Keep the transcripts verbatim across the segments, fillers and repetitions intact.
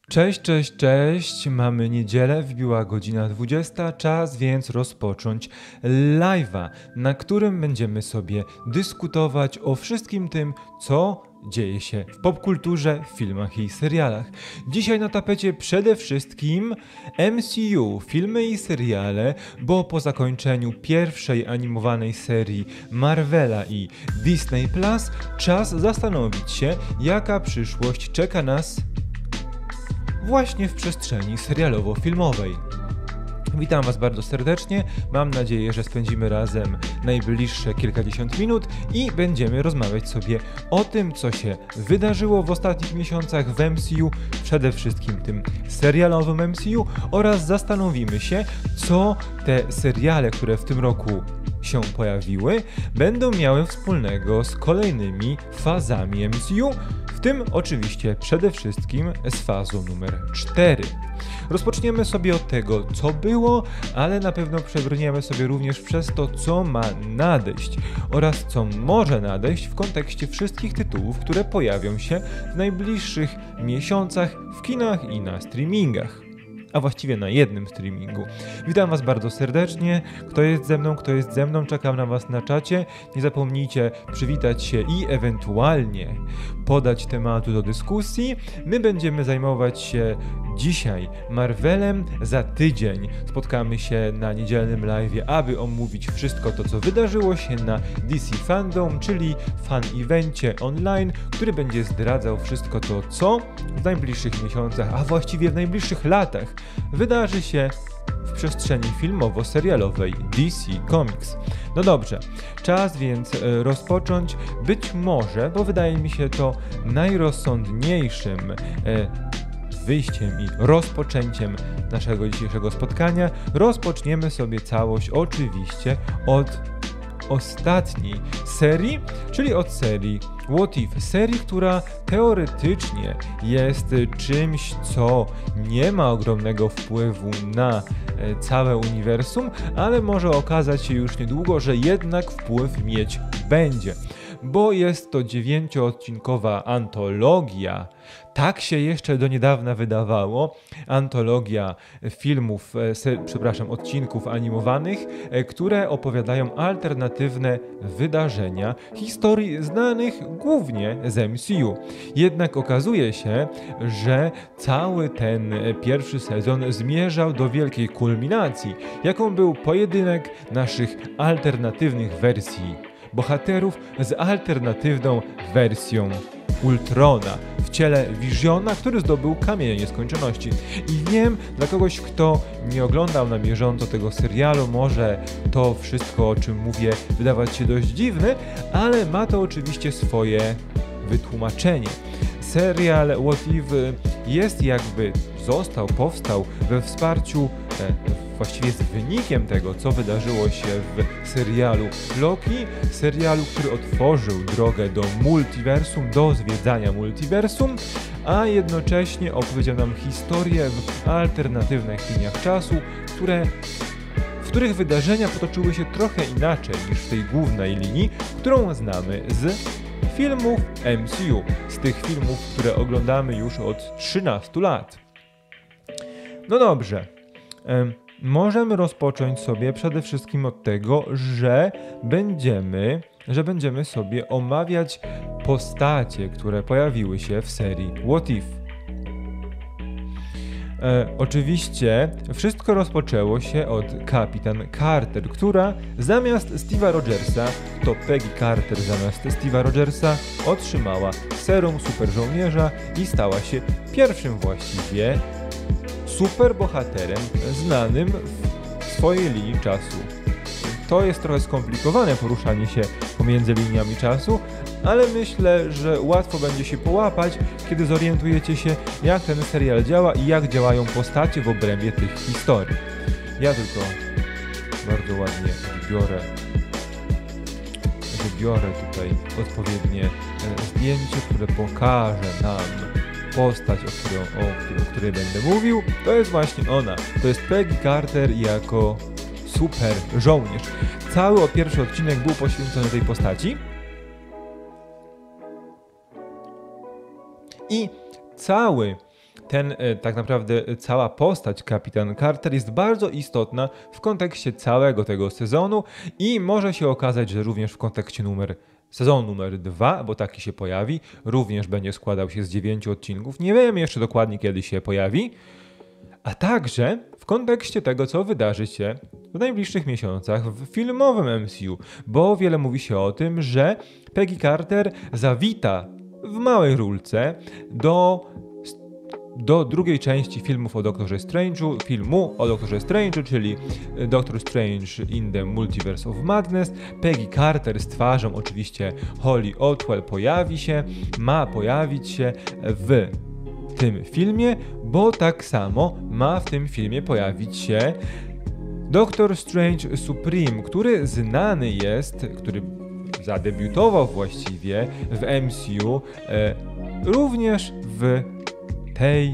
Cześć, cześć, cześć. Mamy niedzielę, wbiła godzina dwudziesta, czas więc rozpocząć live'a, na którym będziemy sobie dyskutować o wszystkim tym, co dzieje się w popkulturze, w filmach i serialach. Dzisiaj na tapecie przede wszystkim M C U, filmy i seriale, bo po zakończeniu pierwszej animowanej serii Marvela i Disney Plus czas zastanowić się, jaka przyszłość czeka nas właśnie w przestrzeni serialowo-filmowej. Witam Was bardzo serdecznie, mam nadzieję, że spędzimy razem najbliższe kilkadziesiąt minut i będziemy rozmawiać sobie o tym, co się wydarzyło w ostatnich miesiącach w M C U, przede wszystkim tym serialowym M C U, oraz zastanowimy się, co te seriale, które w tym roku się pojawiły, będą miały wspólnego z kolejnymi fazami M C U, w tym oczywiście przede wszystkim z fazą numer cztery. Rozpoczniemy sobie od tego, co było, ale na pewno przebrniemy sobie również przez to, co ma nadejść oraz co może nadejść w kontekście wszystkich tytułów, które pojawią się w najbliższych miesiącach w kinach i na streamingach. A właściwie na jednym streamingu. Witam Was bardzo serdecznie. Kto jest ze mną, kto jest ze mną, czekam na Was na czacie. Nie zapomnijcie przywitać się i ewentualnie podać tematu do dyskusji. My będziemy zajmować się dzisiaj Marvelem. Za tydzień spotkamy się na niedzielnym live'ie, aby omówić wszystko to, co wydarzyło się na D C Fandom, czyli fan-evencie online, który będzie zdradzał wszystko to, co w najbliższych miesiącach, a właściwie w najbliższych latach wydarzy się w przestrzeni filmowo-serialowej D C Comics. No dobrze, czas więc e, rozpocząć. Być może, bo wydaje mi się to najrozsądniejszym e, wyjściem i rozpoczęciem naszego dzisiejszego spotkania, rozpoczniemy sobie całość oczywiście od ostatniej serii, czyli od serii What If, serii, która teoretycznie jest czymś, co nie ma ogromnego wpływu na całe uniwersum, ale może okazać się już niedługo, że jednak wpływ mieć będzie. Bo jest to dziewięcioodcinkowa antologia, tak się jeszcze do niedawna wydawało, antologia filmów, se, przepraszam, odcinków animowanych, które opowiadają alternatywne wydarzenia historii znanych głównie z M C U. Jednak okazuje się, że cały ten pierwszy sezon zmierzał do wielkiej kulminacji, jaką był pojedynek naszych alternatywnych wersji bohaterów z alternatywną wersją Ultrona w ciele Visiona, który zdobył Kamień Nieskończoności. I wiem, dla kogoś, kto nie oglądał na bieżąco tego serialu, może to wszystko, o czym mówię, wydawać się dość dziwne, ale ma to oczywiście swoje wytłumaczenie. Serial What If jest jakby, został, powstał we wsparciu, e, właściwie jest wynikiem tego, co wydarzyło się w serialu Loki, serialu, który otworzył drogę do multiversum, do zwiedzania multiversum, a jednocześnie opowiedział nam historię w alternatywnych liniach czasu, które, w których wydarzenia potoczyły się trochę inaczej niż w tej głównej linii, którą znamy z filmów M C U, z tych filmów, które oglądamy już od trzynastu lat. No dobrze, um, możemy rozpocząć sobie przede wszystkim od tego, że będziemy, że będziemy sobie omawiać postacie, które pojawiły się w serii What If. E, oczywiście wszystko rozpoczęło się od Kapitan Carter, która zamiast Steve'a Rogersa, to Peggy Carter zamiast Steve'a Rogersa otrzymała serum super żołnierza i stała się pierwszym właściwie superbohaterem znanym w swojej linii czasu. To jest trochę skomplikowane poruszanie się pomiędzy liniami czasu, ale myślę, że łatwo będzie się połapać, kiedy zorientujecie się, jak ten serial działa i jak działają postacie w obrębie tych historii. Ja tylko bardzo ładnie wybiorę, wybiorę tutaj odpowiednie zdjęcie, które pokaże nam postać, o, którą, o, którą, o której będę mówił. To jest właśnie ona. To jest Peggy Carter jako super żołnierz. Cały pierwszy odcinek był poświęcony tej postaci. I cały ten e, tak naprawdę cała postać Kapitan Carter jest bardzo istotna w kontekście całego tego sezonu i może się okazać, że również w kontekście numer sezon numer dwa, bo taki się pojawi, również będzie składał się z dziewięciu odcinków. Nie wiemy jeszcze dokładnie, kiedy się pojawi, a także w kontekście tego, co wydarzy się w najbliższych miesiącach w filmowym M C U, bo wiele mówi się o tym, że Peggy Carter zawita w małej rólce do do drugiej części filmów o Doktorze Strange'u, filmu o Doktorze Strange'u, czyli Doctor Strange in the Multiverse of Madness. Peggy Carter z twarzą oczywiście Holly Otwell pojawi się, ma pojawić się w tym filmie, bo tak samo ma w tym filmie pojawić się Doctor Strange Supreme, który znany jest, który zadebiutował właściwie w M C U, e, również w tej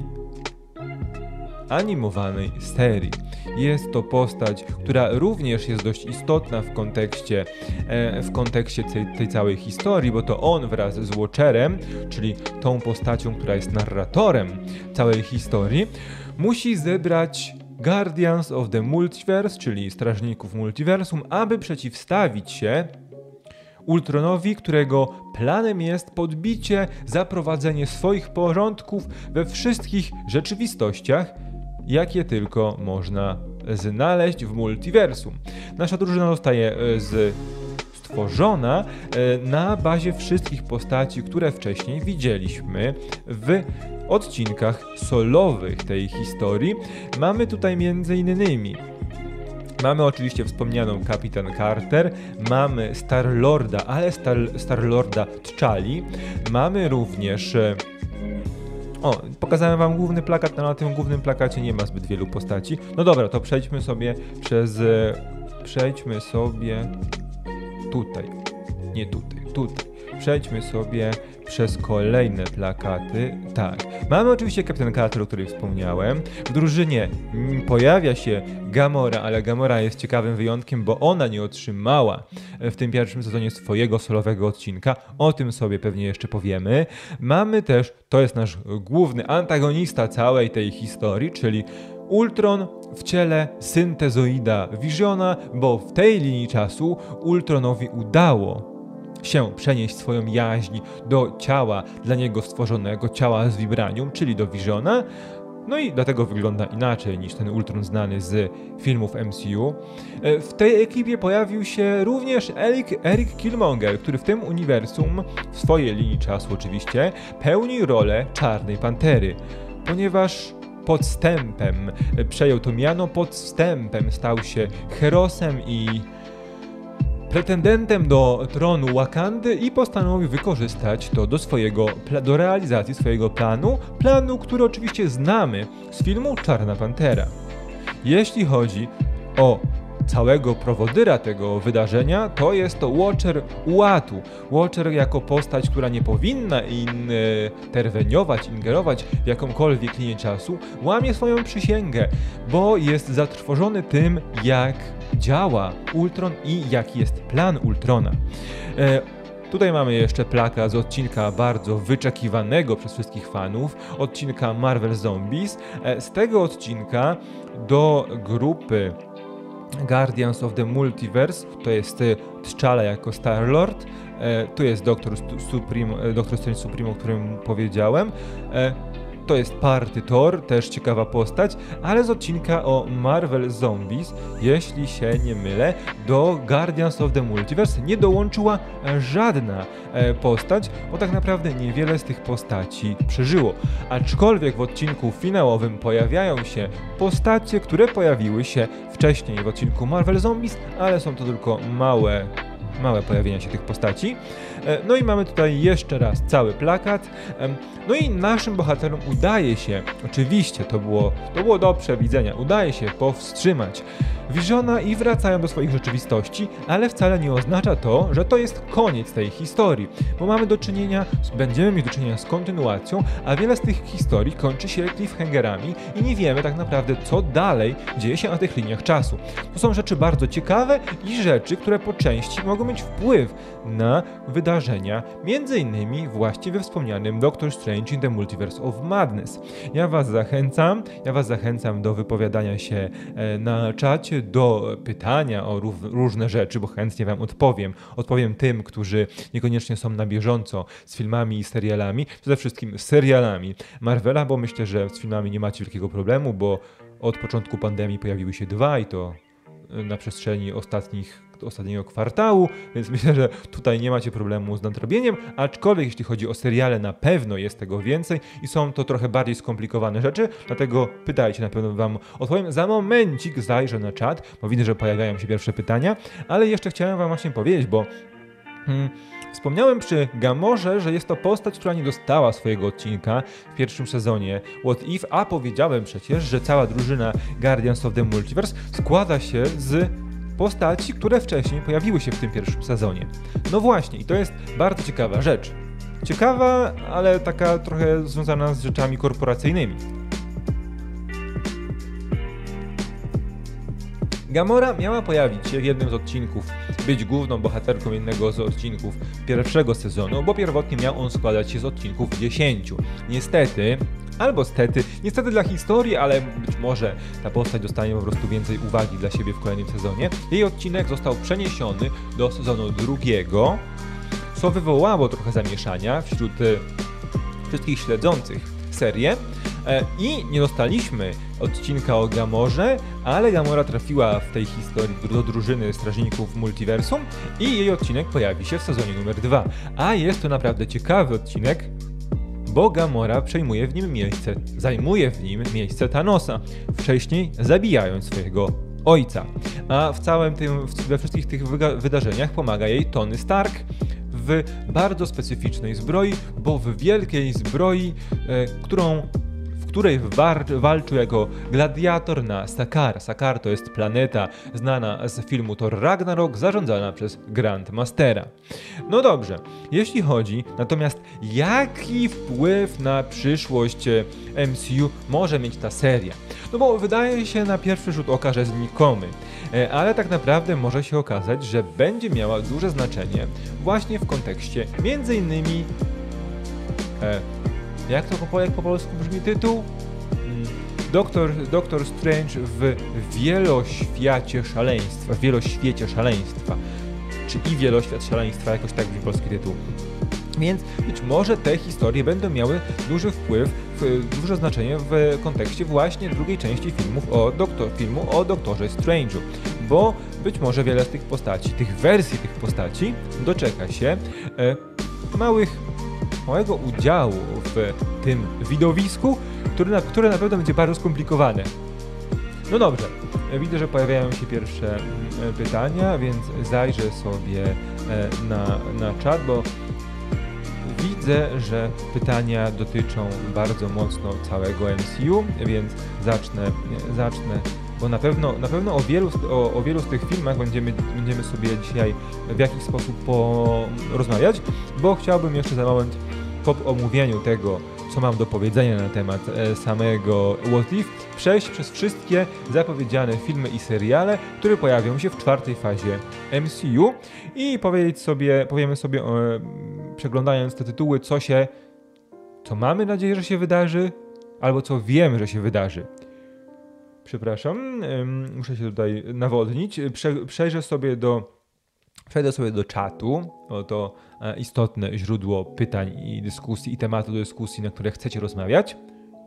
animowanej serii. Jest to postać, która również jest dość istotna w kontekście, e, w kontekście tej, tej całej historii, bo to on wraz z Watcherem, czyli tą postacią, która jest narratorem całej historii, musi zebrać Guardians of the Multiverse, czyli Strażników Multiversum, aby przeciwstawić się Ultronowi, którego planem jest podbicie, zaprowadzenie swoich porządków we wszystkich rzeczywistościach, jakie tylko można znaleźć w multiversum. Nasza drużyna zostaje z stworzona na bazie wszystkich postaci, które wcześniej widzieliśmy w odcinkach solowych tej historii. Mamy tutaj między innymi Mamy oczywiście wspomnianą Kapitan Carter, mamy Star-Lorda, ale Star, Star-Lorda T'Challi, mamy również... O, pokazałem wam główny plakat, no na tym głównym plakacie nie ma zbyt wielu postaci. No dobra, to przejdźmy sobie przez... Przejdźmy sobie tutaj, nie tutaj, tutaj. Przejdźmy sobie przez kolejne plakaty. Tak, mamy oczywiście Kapitan Carter, o której wspomniałem. W drużynie pojawia się Gamora, ale Gamora jest ciekawym wyjątkiem, bo ona nie otrzymała w tym pierwszym sezonie swojego solowego odcinka. O tym sobie pewnie jeszcze powiemy. Mamy też, to jest nasz główny antagonista całej tej historii, czyli Ultron w ciele syntezoida Visiona, bo w tej linii czasu Ultronowi udało się przenieść swoją jaźń do ciała dla niego stworzonego, ciała z vibranium, czyli do Visiona. No i dlatego wygląda inaczej niż ten Ultron znany z filmów M C U. W tej ekipie pojawił się również Eric, Eric Killmonger, który w tym uniwersum, w swojej linii czasu oczywiście, pełni rolę Czarnej Pantery, ponieważ podstępem przejął to miano, podstępem stał się herosem i pretendentem do tronu Wakandy i postanowił wykorzystać to do swojego, do realizacji swojego planu, planu, który oczywiście znamy z filmu Czarna Pantera. Jeśli chodzi o całego prowodyra tego wydarzenia, to jest to Watcher Uatu. Watcher jako postać, która nie powinna interweniować, ingerować w jakąkolwiek linię czasu, łamie swoją przysięgę, bo jest zatrwożony tym, jak działa Ultron i jaki jest plan Ultrona. E, Tutaj mamy jeszcze plakat z odcinka bardzo wyczekiwanego przez wszystkich fanów, odcinka Marvel Zombies. E, z tego odcinka do grupy Guardians of the Multiverse, to jest T'Challa jako Star-Lord, e, tu jest Doctor Supreme, Doctor Strange Supreme, o którym powiedziałem, e, to jest Party Thor, też ciekawa postać, ale z odcinka o Marvel Zombies, jeśli się nie mylę, do Guardians of the Multiverse nie dołączyła żadna e, postać, bo tak naprawdę niewiele z tych postaci przeżyło. Aczkolwiek w odcinku finałowym pojawiają się postacie, które pojawiły się wcześniej w odcinku Marvel Zombies, ale są to tylko małe małe pojawienia się tych postaci. No i mamy tutaj jeszcze raz cały plakat. No i naszym bohaterom udaje się, oczywiście to było, to było do przewidzenia, udaje się powstrzymać Visiona i wracają do swoich rzeczywistości, ale wcale nie oznacza to, że to jest koniec tej historii, bo mamy do czynienia, będziemy mieć do czynienia z kontynuacją, a wiele z tych historii kończy się cliffhangerami i nie wiemy tak naprawdę, co dalej dzieje się na tych liniach czasu. To są rzeczy bardzo ciekawe i rzeczy, które po części mogą mogą mieć wpływ na wydarzenia, między innymi właśnie we wspomnianym Doctor Strange in the Multiverse of Madness. Ja was zachęcam, ja was zachęcam do wypowiadania się na czacie, do pytania o różne rzeczy, bo chętnie wam odpowiem. Odpowiem tym, którzy niekoniecznie są na bieżąco z filmami i serialami, przede wszystkim z serialami Marvela, bo myślę, że z filmami nie macie wielkiego problemu, bo od początku pandemii pojawiły się dwa i to na przestrzeni ostatnich, ostatniego kwartału, więc myślę, że tutaj nie macie problemu z nadrobieniem, aczkolwiek jeśli chodzi o seriale, na pewno jest tego więcej i są to trochę bardziej skomplikowane rzeczy, dlatego pytajcie, na pewno wam odpowiem. Za momencik zajrzę na czat, bo widzę, że pojawiają się pierwsze pytania, ale jeszcze chciałem wam właśnie powiedzieć, bo hmm, wspomniałem przy Gamorze, że jest to postać, która nie dostała swojego odcinka w pierwszym sezonie What If, a powiedziałem przecież, że cała drużyna Guardians of the Multiverse składa się z postaci, które wcześniej pojawiły się w tym pierwszym sezonie. No właśnie, i to jest bardzo ciekawa rzecz. Ciekawa, ale taka trochę związana z rzeczami korporacyjnymi. Gamora miała pojawić się w jednym z odcinków, być główną bohaterką jednego z odcinków pierwszego sezonu, bo pierwotnie miał on składać się z odcinków dziesięciu. Niestety, albo stety, niestety dla historii, ale być może ta postać dostanie po prostu więcej uwagi dla siebie w kolejnym sezonie, jej odcinek został przeniesiony do sezonu drugiego, co wywołało trochę zamieszania wśród wszystkich śledzących serię. I nie dostaliśmy odcinka o Gamorze, ale Gamora trafiła w tej historii do drużyny Strażników Multiversum i jej odcinek pojawi się w sezonie numer dwa. A jest to naprawdę ciekawy odcinek, bo Gamora przejmuje w nim miejsce, zajmuje w nim miejsce Thanosa, wcześniej zabijając swojego ojca. A w całym tym, we wszystkich tych wydarzeniach pomaga jej Tony Stark w bardzo specyficznej zbroi, bo w wielkiej zbroi, e, którą w której walczył jako gladiator na Sakaar. Sakaar to jest planeta znana z filmu Thor Ragnarok, zarządzana przez Grandmastera. No dobrze, jeśli chodzi natomiast jaki wpływ na przyszłość M C U może mieć ta seria? No bo wydaje się na pierwszy rzut oka, że znikomy, ale tak naprawdę może się okazać, że będzie miała duże znaczenie właśnie w kontekście między innymi e, Jak to po, jak po polsku brzmi tytuł? Doktor, Doktor Strange w wieloświacie szaleństwa. W wieloświecie szaleństwa. Czy i wieloświat szaleństwa, jakoś tak brzmi polski tytuł. Więc być może te historie będą miały duży wpływ, duże znaczenie w kontekście właśnie drugiej części filmów o doktor, filmu o Doktorze Strange'u. Bo być może wiele z tych postaci, tych wersji tych postaci doczeka się e, małych małego udziału w tym widowisku, które na, które na pewno będzie bardzo skomplikowane. No dobrze, widzę, że pojawiają się pierwsze pytania, więc zajrzę sobie na, na czat, bo widzę, że pytania dotyczą bardzo mocno całego M C U, więc zacznę, zacznę bo na pewno, na pewno o, wielu, o, o wielu z tych filmach będziemy, będziemy sobie dzisiaj w jakiś sposób porozmawiać, bo chciałbym jeszcze za moment po omówieniu tego, co mam do powiedzenia na temat e, samego What If, przejść przez wszystkie zapowiedziane filmy i seriale, które pojawią się w czwartej fazie M C U i powiedzieć sobie, powiemy sobie, e, przeglądając te tytuły, co się, co mamy nadzieję, że się wydarzy, albo co wiemy, że się wydarzy. Przepraszam, muszę się tutaj nawodnić. Prze, przejrzę sobie do, przejdę sobie do czatu, bo to istotne źródło pytań i dyskusji i tematu do dyskusji, na które chcecie rozmawiać.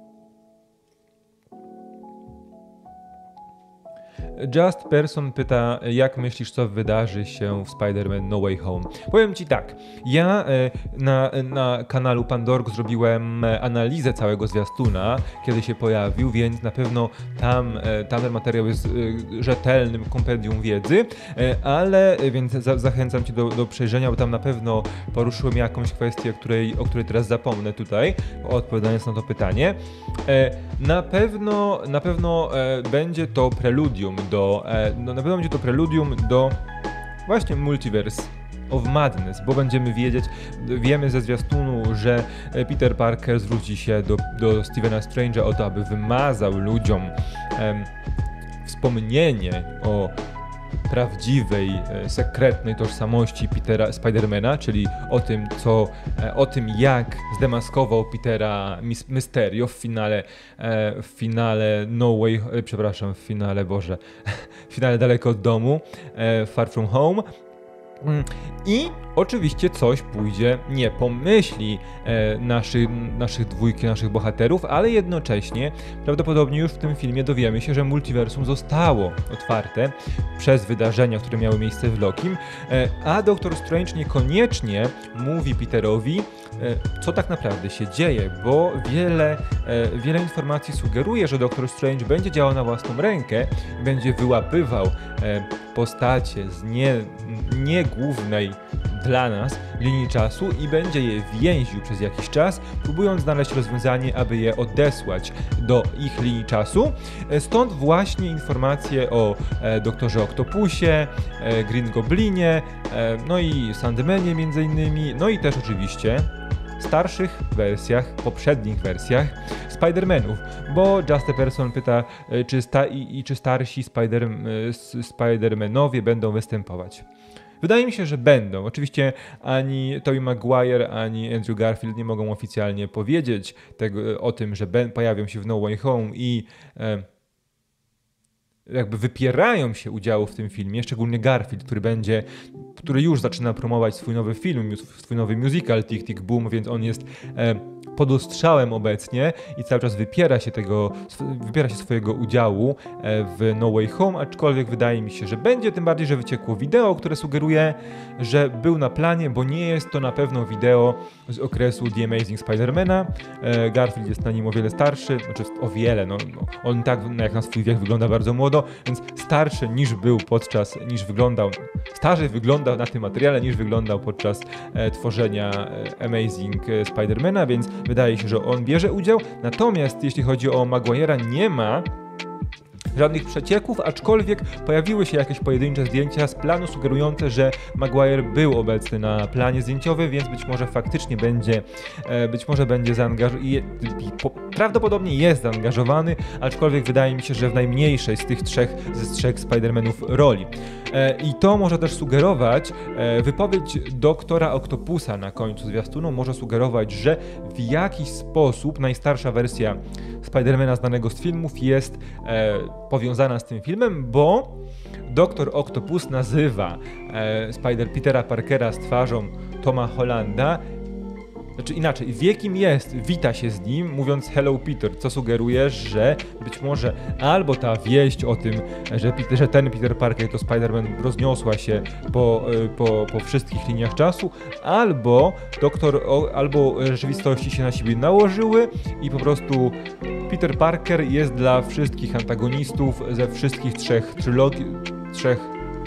Just Person pyta, jak myślisz, co wydarzy się w Spider-Man No Way Home? Powiem ci tak, ja na, na kanalu Pandorg zrobiłem analizę całego zwiastuna, kiedy się pojawił, więc na pewno tam, tam ten materiał jest rzetelnym kompendium wiedzy, ale więc za, zachęcam cię do, do przejrzenia, bo tam na pewno poruszyłem jakąś kwestię, której, o której teraz zapomnę tutaj, odpowiadając na to pytanie. Na pewno, na pewno będzie to preludium do, no na pewno będzie to preludium do właśnie Multiverse of Madness, bo będziemy wiedzieć, wiemy ze zwiastunu, że Peter Parker zwróci się do, do Stephena Strange'a o to, aby wymazał ludziom em, wspomnienie o prawdziwej, e, sekretnej tożsamości Petera Spidermana, czyli o tym, co, e, o tym jak zdemaskował Petera Mis- Mysterio w finale, e, w finale No Way, e, przepraszam, w finale, Boże, w finale Daleko od domu, e, Far From Home. I oczywiście coś pójdzie nie po myśli e, naszych, naszych dwójki, naszych bohaterów, ale jednocześnie prawdopodobnie już w tym filmie dowiemy się, że multiversum zostało otwarte przez wydarzenia, które miały miejsce w Lokim, e, a Doctor Strange niekoniecznie mówi Peterowi, e, co tak naprawdę się dzieje, bo wiele, e, wiele informacji sugeruje, że Doctor Strange będzie działał na własną rękę i będzie wyłapywał e, postacie z nie, nie głównej dla nas linii czasu i będzie je więził przez jakiś czas, próbując znaleźć rozwiązanie, aby je odesłać do ich linii czasu. Stąd właśnie informacje o e, Doktorze Oktopusie, e, Green Goblinie, e, no i Sandmanie między innymi, no i też oczywiście starszych wersjach, poprzednich wersjach Spider-Manów, bo Just a Person pyta, e, czy, sta- i, i czy starsi Spider- e, Spider-Manowie będą występować. Wydaje mi się, że będą. Oczywiście ani Tobey Maguire, ani Andrew Garfield nie mogą oficjalnie powiedzieć tego, o tym, że ben, pojawią się w No Way Home i e, jakby wypierają się udziału w tym filmie, szczególnie Garfield, który będzie, który już zaczyna promować swój nowy film, swój nowy musical Tick Tick Boom, więc on jest e, pod ostrzałem obecnie i cały czas wypiera się tego, wypiera się swojego udziału w No Way Home, aczkolwiek wydaje mi się, że będzie, tym bardziej, że wyciekło wideo, które sugeruje, że był na planie, bo nie jest to na pewno wideo z okresu The Amazing Spider-Mana. Garfield jest na nim o wiele starszy, znaczy o wiele, no, no on tak jak na swój wiek wygląda bardzo młodo, więc starszy niż był podczas, niż wyglądał, starzej wyglądał na tym materiale, niż wyglądał podczas e, tworzenia e, Amazing Spider-Mana, więc wydaje się, że on bierze udział, natomiast jeśli chodzi o Maguire'a, nie ma żadnych przecieków, aczkolwiek pojawiły się jakieś pojedyncze zdjęcia z planu sugerujące, że Maguire był obecny na planie zdjęciowym, więc być może faktycznie będzie, być może będzie zaangażowany, prawdopodobnie jest zaangażowany, aczkolwiek wydaje mi się, że w najmniejszej z tych trzech, ze trzech Spider-Manów roli. I to może też sugerować, wypowiedź doktora Oktopusa na końcu zwiastunu może sugerować, że w jakiś sposób najstarsza wersja Spider-Mana znanego z filmów jest e, powiązana z tym filmem, bo doktor Octopus nazywa e, Spider Petera Parkera z twarzą Toma Hollanda. Znaczy inaczej, wie kim jest, wita się z nim, mówiąc Hello Peter, co sugeruje, że być może albo ta wieść o tym, że, Peter, że ten Peter Parker to Spider-Man rozniosła się po, po, po wszystkich liniach czasu, albo doktor, albo rzeczywistości się na siebie nałożyły i po prostu Peter Parker jest dla wszystkich antagonistów ze wszystkich trzech trylogii, trzech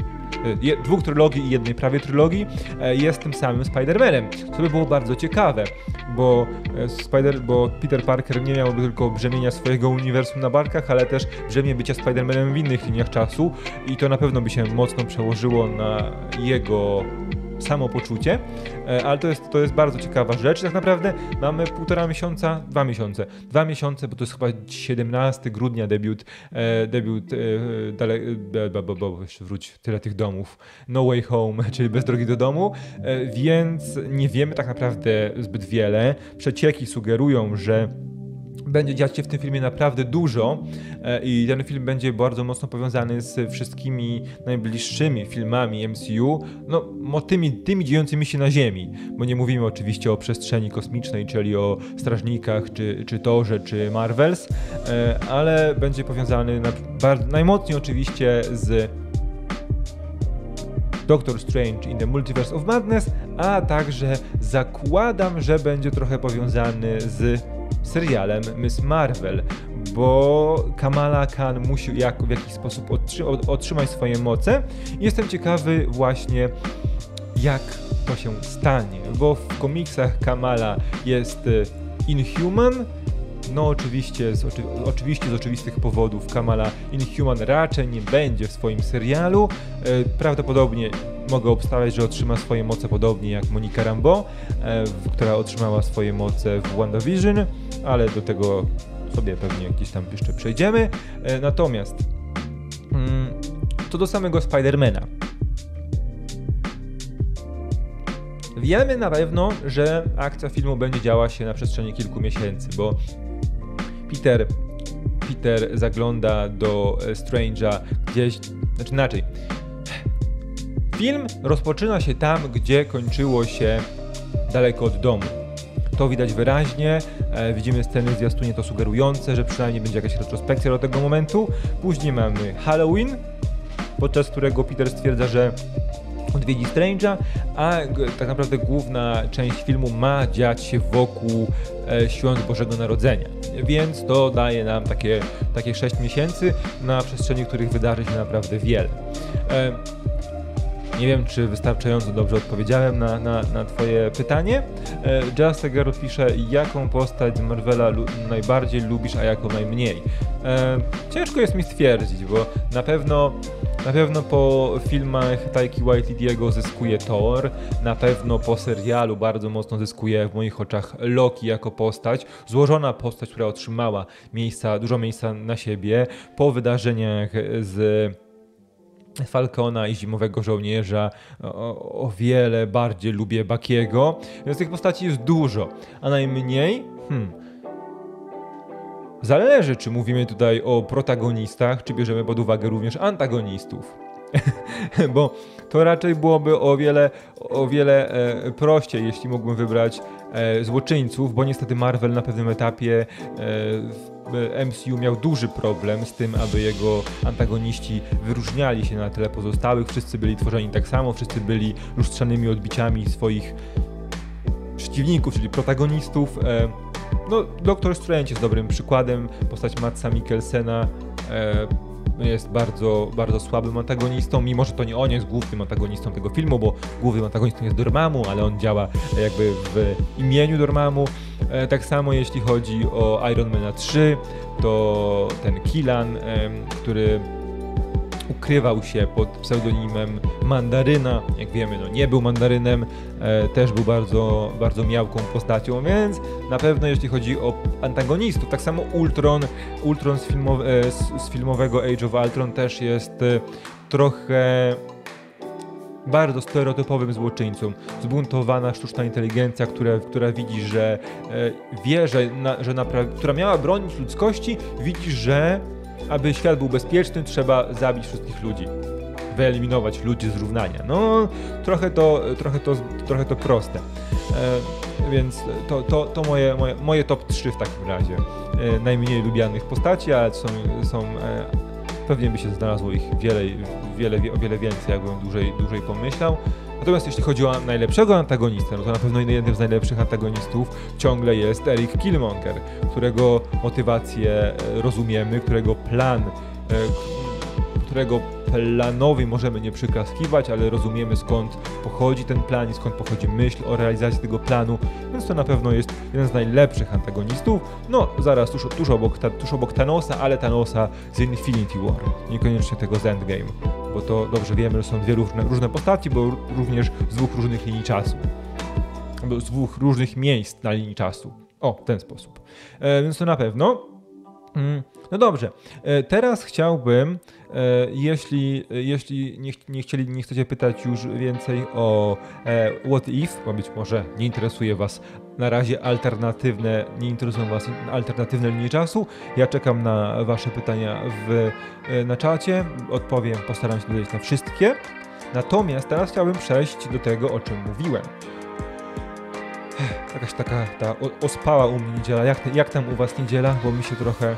dwóch trylogii i jednej prawie trylogii jest tym samym Spider-Manem, co by było bardzo ciekawe, bo, Spider, bo Peter Parker nie miałby tylko brzemienia swojego uniwersum na barkach, ale też brzemię bycia Spider-Manem w innych liniach czasu i to na pewno by się mocno przełożyło na jego samopoczucie, ale to jest, to jest bardzo ciekawa rzecz. Tak naprawdę mamy półtora miesiąca, dwa miesiące, dwa miesiące, bo to jest chyba siedemnastego grudnia debiut, e, debiut, e, dale, e, bo, bo, bo, jeszcze wróć, tyle tych domów, No Way Home, czyli Bez drogi do domu, e, więc nie wiemy tak naprawdę zbyt wiele. Przecieki sugerują, że będzie dziać się w tym filmie naprawdę dużo i ten film będzie bardzo mocno powiązany z wszystkimi najbliższymi filmami M C U, no tymi, tymi dziejącymi się na Ziemi, bo nie mówimy oczywiście o przestrzeni kosmicznej, czyli o Strażnikach, czy, czy Torze, czy Marvels, ale będzie powiązany na, bardzo, najmocniej oczywiście z Doctor Strange in the Multiverse of Madness, a także zakładam, że będzie trochę powiązany z serialem Miss Marvel, bo Kamala Khan musi jak, w jakiś sposób otrzy- otrzymać swoje moce. Jestem ciekawy właśnie, jak to się stanie, bo w komiksach Kamala jest Inhuman. No oczywiście z, oczy, oczywiście z oczywistych powodów Kamala Inhuman raczej nie będzie w swoim serialu. E, prawdopodobnie mogę obstawiać, że otrzyma swoje moce podobnie jak Monica Rambeau, e, w, która otrzymała swoje moce w WandaVision, ale do tego sobie pewnie gdzieś tam jeszcze przejdziemy. E, natomiast mm, Co do samego Spidermana. Wiemy na pewno, że akcja filmu będzie działa się na przestrzeni kilku miesięcy, bo Peter, Peter zagląda do Strange'a gdzieś, znaczy inaczej. Film rozpoczyna się tam, gdzie kończyło się daleko od domu. To widać wyraźnie, e, widzimy sceny w zwiastunie to sugerujące, że przynajmniej będzie jakaś retrospekcja do tego momentu. Później mamy Halloween, podczas którego Peter stwierdza, że odwiedzi Strange'a, a tak naprawdę główna część filmu ma dziać się wokół e, świąt Bożego Narodzenia. Więc to daje nam takie, takie sześć miesięcy, na przestrzeni których wydarzy się naprawdę wiele. E, Nie wiem, czy wystarczająco dobrze odpowiedziałem na, na, na twoje pytanie. E, Just a Girl pisze, jaką postać z Marvela lu- najbardziej lubisz, a jaką najmniej. E, ciężko jest mi stwierdzić, bo na pewno, na pewno po filmach Taiki Waititiego zyskuje Thor, na pewno po serialu bardzo mocno zyskuje w moich oczach Loki jako postać, złożona postać, która otrzymała miejsca, dużo miejsca na siebie po wydarzeniach z Falcona i Zimowego Żołnierza. O, o wiele bardziej lubię Buckiego, więc tych postaci jest dużo, a najmniej hmm, zależy, czy mówimy tutaj o protagonistach, czy bierzemy pod uwagę również antagonistów. Bo to raczej byłoby o wiele, o wiele e, prościej, jeśli mógłbym wybrać e, złoczyńców, bo niestety Marvel na pewnym etapie e, w M C U miał duży problem z tym, aby jego antagoniści wyróżniali się na tle pozostałych. Wszyscy byli tworzeni tak samo, wszyscy byli lustrzanymi odbiciami swoich przeciwników, czyli protagonistów. E, no, Doctor Strange jest dobrym przykładem, postać Madsa Mikkelsena e, jest bardzo, bardzo słabym antagonistą, mimo że to nie on jest głównym antagonistą tego filmu, bo głównym antagonistą jest Dormammu, ale on działa jakby w imieniu Dormammu. E, tak samo jeśli chodzi o Iron Mana trzy, to ten Killan, e, który ukrywał się pod pseudonimem Mandaryna, jak wiemy, no nie był Mandarynem, e, też był bardzo, bardzo miałką postacią, więc na pewno jeśli chodzi o antagonistów, tak samo Ultron, Ultron z, filmow- e, z, z filmowego Age of Ultron też jest e, trochę bardzo stereotypowym złoczyńcą. Zbuntowana sztuczna inteligencja, która, która widzi, że e, wie, że, na, że napra- która miała bronić ludzkości, widzi, że aby świat był bezpieczny, trzeba zabić wszystkich ludzi. Wyeliminować ludzi z równania. No, trochę to, trochę to, trochę to proste. E, więc to, to, to moje, moje, moje top trzy w takim razie. E, najmniej lubianych postaci, ale są, są e, pewnie by się znalazło ich wiele, wiele, o wiele więcej, jakbym dłużej, dłużej pomyślał. Natomiast jeśli chodzi o najlepszego antagonistę, no to na pewno jednym z najlepszych antagonistów ciągle jest Eric Killmonger, którego motywację rozumiemy, którego plan, którego planowi możemy nie przyklaskiwać, ale rozumiemy, skąd pochodzi ten plan i skąd pochodzi myśl o realizacji tego planu, więc to na pewno jest jeden z najlepszych antagonistów. No, zaraz tuż, tuż, obok, ta, tuż obok Thanosa, ale Thanosa z Infinity War, niekoniecznie tego z Endgame, bo to dobrze wiemy, że są dwie różne, różne postaci, bo również z dwóch różnych linii czasu, bo z dwóch różnych miejsc na linii czasu. O, w ten sposób. E, więc to na pewno. Mm, no dobrze, e, teraz chciałbym, e, jeśli, jeśli nie, nie, chcieli, nie chcecie pytać już więcej o e, What If, bo być może nie interesuje was na razie alternatywne, nie interesują was alternatywne linie czasu, ja czekam na wasze pytania w, e, na czacie, odpowiem, postaram się odpowiedzieć na wszystkie, natomiast teraz chciałbym przejść do tego, o czym mówiłem. Jakaś taka ta ospała u mnie niedziela. Jak, jak tam u was niedziela? Bo mi się trochę...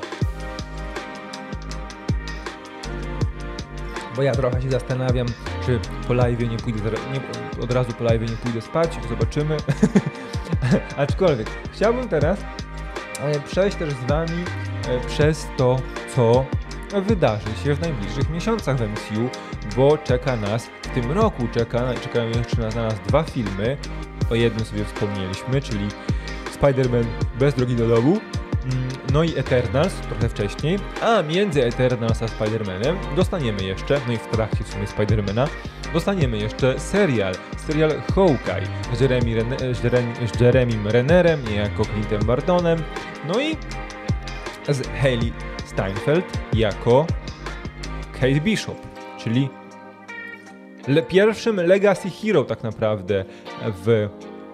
Bo ja trochę się zastanawiam, czy po live'ie nie pójdę... Nie, od razu po live'ie nie pójdę spać. Zobaczymy. Aczkolwiek chciałbym teraz przejść też z wami przez to, co wydarzy się w najbliższych miesiącach w M C U, bo czeka nas w tym roku, czeka, czekają jeszcze na nas dwa filmy. O jednym sobie wspomnieliśmy, czyli Spider-Man Bez drogi do domu, no i Eternals trochę wcześniej, a między Eternals a Spider-Manem dostaniemy jeszcze, no i w trakcie w sumie Spider-Mana, dostaniemy jeszcze serial, serial Hawkeye z, Jeremy Renner, z, Jeremy, z Jeremym Rennerem, niejako Clintem Bartonem, no i z Hailey Steinfeld jako Kate Bishop, czyli le pierwszym Legacy Hero tak naprawdę w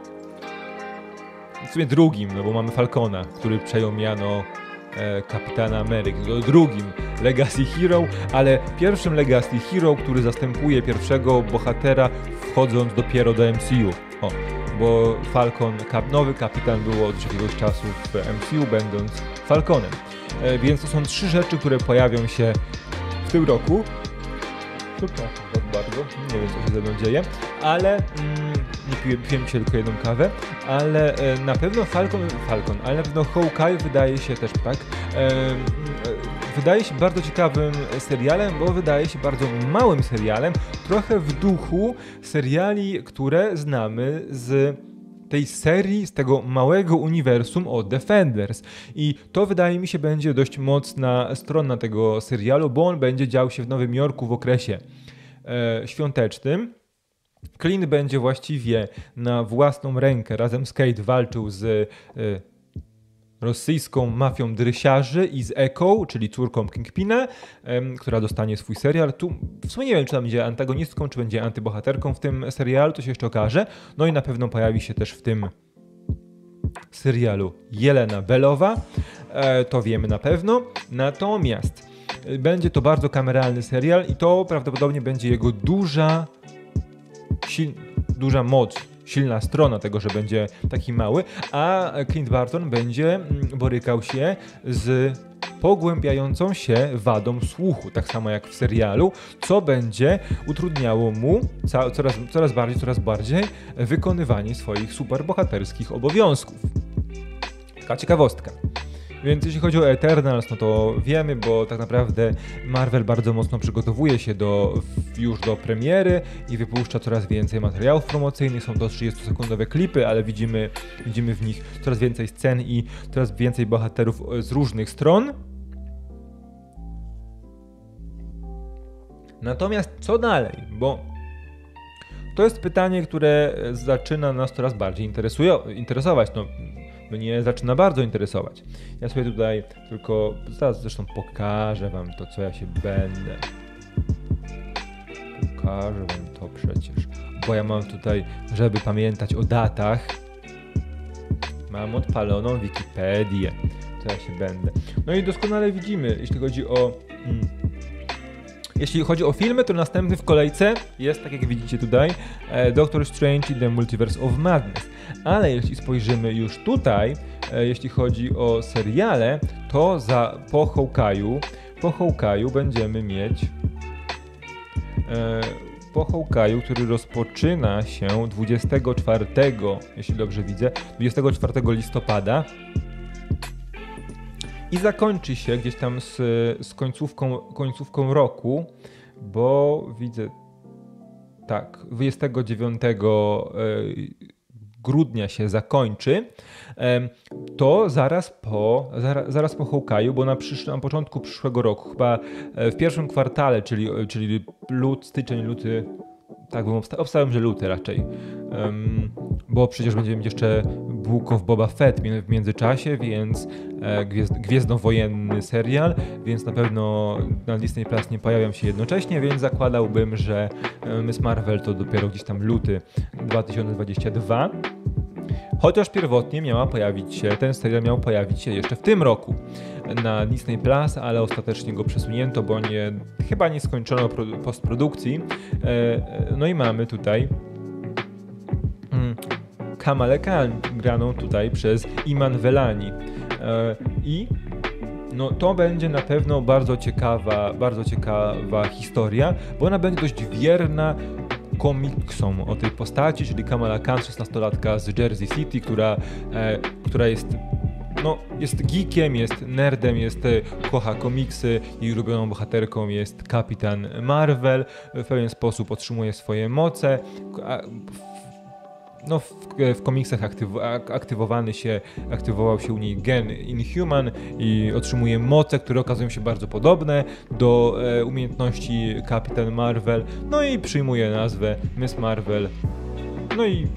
w sumie drugim, no bo mamy Falcona, który przejął miano e, Kapitana Ameryki, no, drugim Legacy Hero, ale pierwszym Legacy Hero, który zastępuje pierwszego bohatera wchodząc dopiero do M C U. O, bo Falcon, kap, nowy kapitan był od jakiegoś czasu w M C U, będąc Falconem. E, więc to są trzy rzeczy, które pojawią się w tym roku. Przepraszam tak bardzo, nie wiem co się ze mną dzieje, ale mm, nie piłem, piłem dzisiaj tylko jedną kawę, ale e, na pewno Falcon, Falcon, ale na pewno Hawkeye wydaje się też tak, e, e, wydaje się bardzo ciekawym serialem, bo wydaje się bardzo małym serialem, trochę w duchu seriali, które znamy z tej serii, z tego małego uniwersum o Defenders. I to wydaje mi się będzie dość mocna strona tego serialu, bo on będzie dział się w Nowym Jorku w okresie e, świątecznym. Clint będzie właściwie na własną rękę razem z Kate walczył z e, rosyjską mafią drysiarzy i z Echo, czyli córką Kingpina, em, która dostanie swój serial. Tu w sumie nie wiem, czy tam będzie antagonistką, czy będzie antybohaterką w tym serialu, to się jeszcze okaże. No i na pewno pojawi się też w tym serialu Jelena Belowa, e, to wiemy na pewno. Natomiast będzie to bardzo kameralny serial i to prawdopodobnie będzie jego duża, sil, duża moc, silna strona tego, że będzie taki mały, a Clint Barton będzie borykał się z pogłębiającą się wadą słuchu, tak samo jak w serialu, co będzie utrudniało mu coraz, coraz bardziej, coraz bardziej wykonywanie swoich superbohaterskich obowiązków. Taka ciekawostka. Więc jeśli chodzi o Eternals, no to wiemy, bo tak naprawdę Marvel bardzo mocno przygotowuje się do, już do premiery i wypuszcza coraz więcej materiałów promocyjnych. Są to trzydziestosekundowe klipy, ale widzimy, widzimy w nich coraz więcej scen i coraz więcej bohaterów z różnych stron. Natomiast co dalej? Bo to jest pytanie, które zaczyna nas coraz bardziej interesować. No, mnie zaczyna bardzo interesować. Ja sobie tutaj tylko, zaraz zresztą pokażę wam to, co ja się będę. Pokażę wam to przecież, bo ja mam tutaj, żeby pamiętać o datach, mam odpaloną Wikipedię, co ja się będę. No i doskonale widzimy, jeśli chodzi o... Mm, Jeśli chodzi o filmy, to następny w kolejce jest, tak jak widzicie tutaj, Doctor Strange i The Multiverse of Madness. Ale jeśli spojrzymy już tutaj, jeśli chodzi o seriale, to za, po Hawkeye'u, po Hawkeye'u będziemy mieć po Hawkeye'u, który rozpoczyna się dwudziestego czwartego, jeśli dobrze widzę, dwudziestego czwartego listopada. I zakończy się gdzieś tam z, z końcówką, końcówką roku, bo widzę, tak, dwudziestego dziewiątego grudnia się zakończy, to zaraz po, zaraz, zaraz po Hawkeye'u, bo na, przysz, na początku przyszłego roku, chyba w pierwszym kwartale, czyli, czyli lut, styczeń, luty, tak bym obsta- obstawiam, że luty raczej, um, bo przecież będziemy mieć jeszcze Book of Boba Fett w międzyczasie, więc e, gwiezd- gwiezdnowojenny serial, więc na pewno na Disney Plus nie pojawią się jednocześnie, więc zakładałbym, że e, Miss Marvel to dopiero gdzieś tam luty dwa tysiące dwudziesty drugi. Chociaż pierwotnie miała pojawić się, ten serial miał pojawić się jeszcze w tym roku na Disney Plus, ale ostatecznie go przesunięto, bo nie, chyba nie skończono pro, postprodukcji. E, no i mamy tutaj mm, Kamalę Khan, graną tutaj przez Iman Vellani. E, I no, to będzie na pewno bardzo ciekawa, bardzo ciekawa historia, bo ona będzie dość wierna komiksom o tej postaci, czyli Kamala Khan, szesnastolatka z Jersey City, która, e, która jest, no, jest geekiem, jest nerdem, jest, kocha komiksy i ulubioną bohaterką jest Kapitan Marvel, w pewien sposób otrzymuje swoje moce. A, No, w, w komiksach aktyw, aktywowany się, aktywował się u niej gen Inhuman i otrzymuje moce, które okazują się bardzo podobne do e, umiejętności Kapitan Marvel, no i przyjmuje nazwę Miss Marvel, no i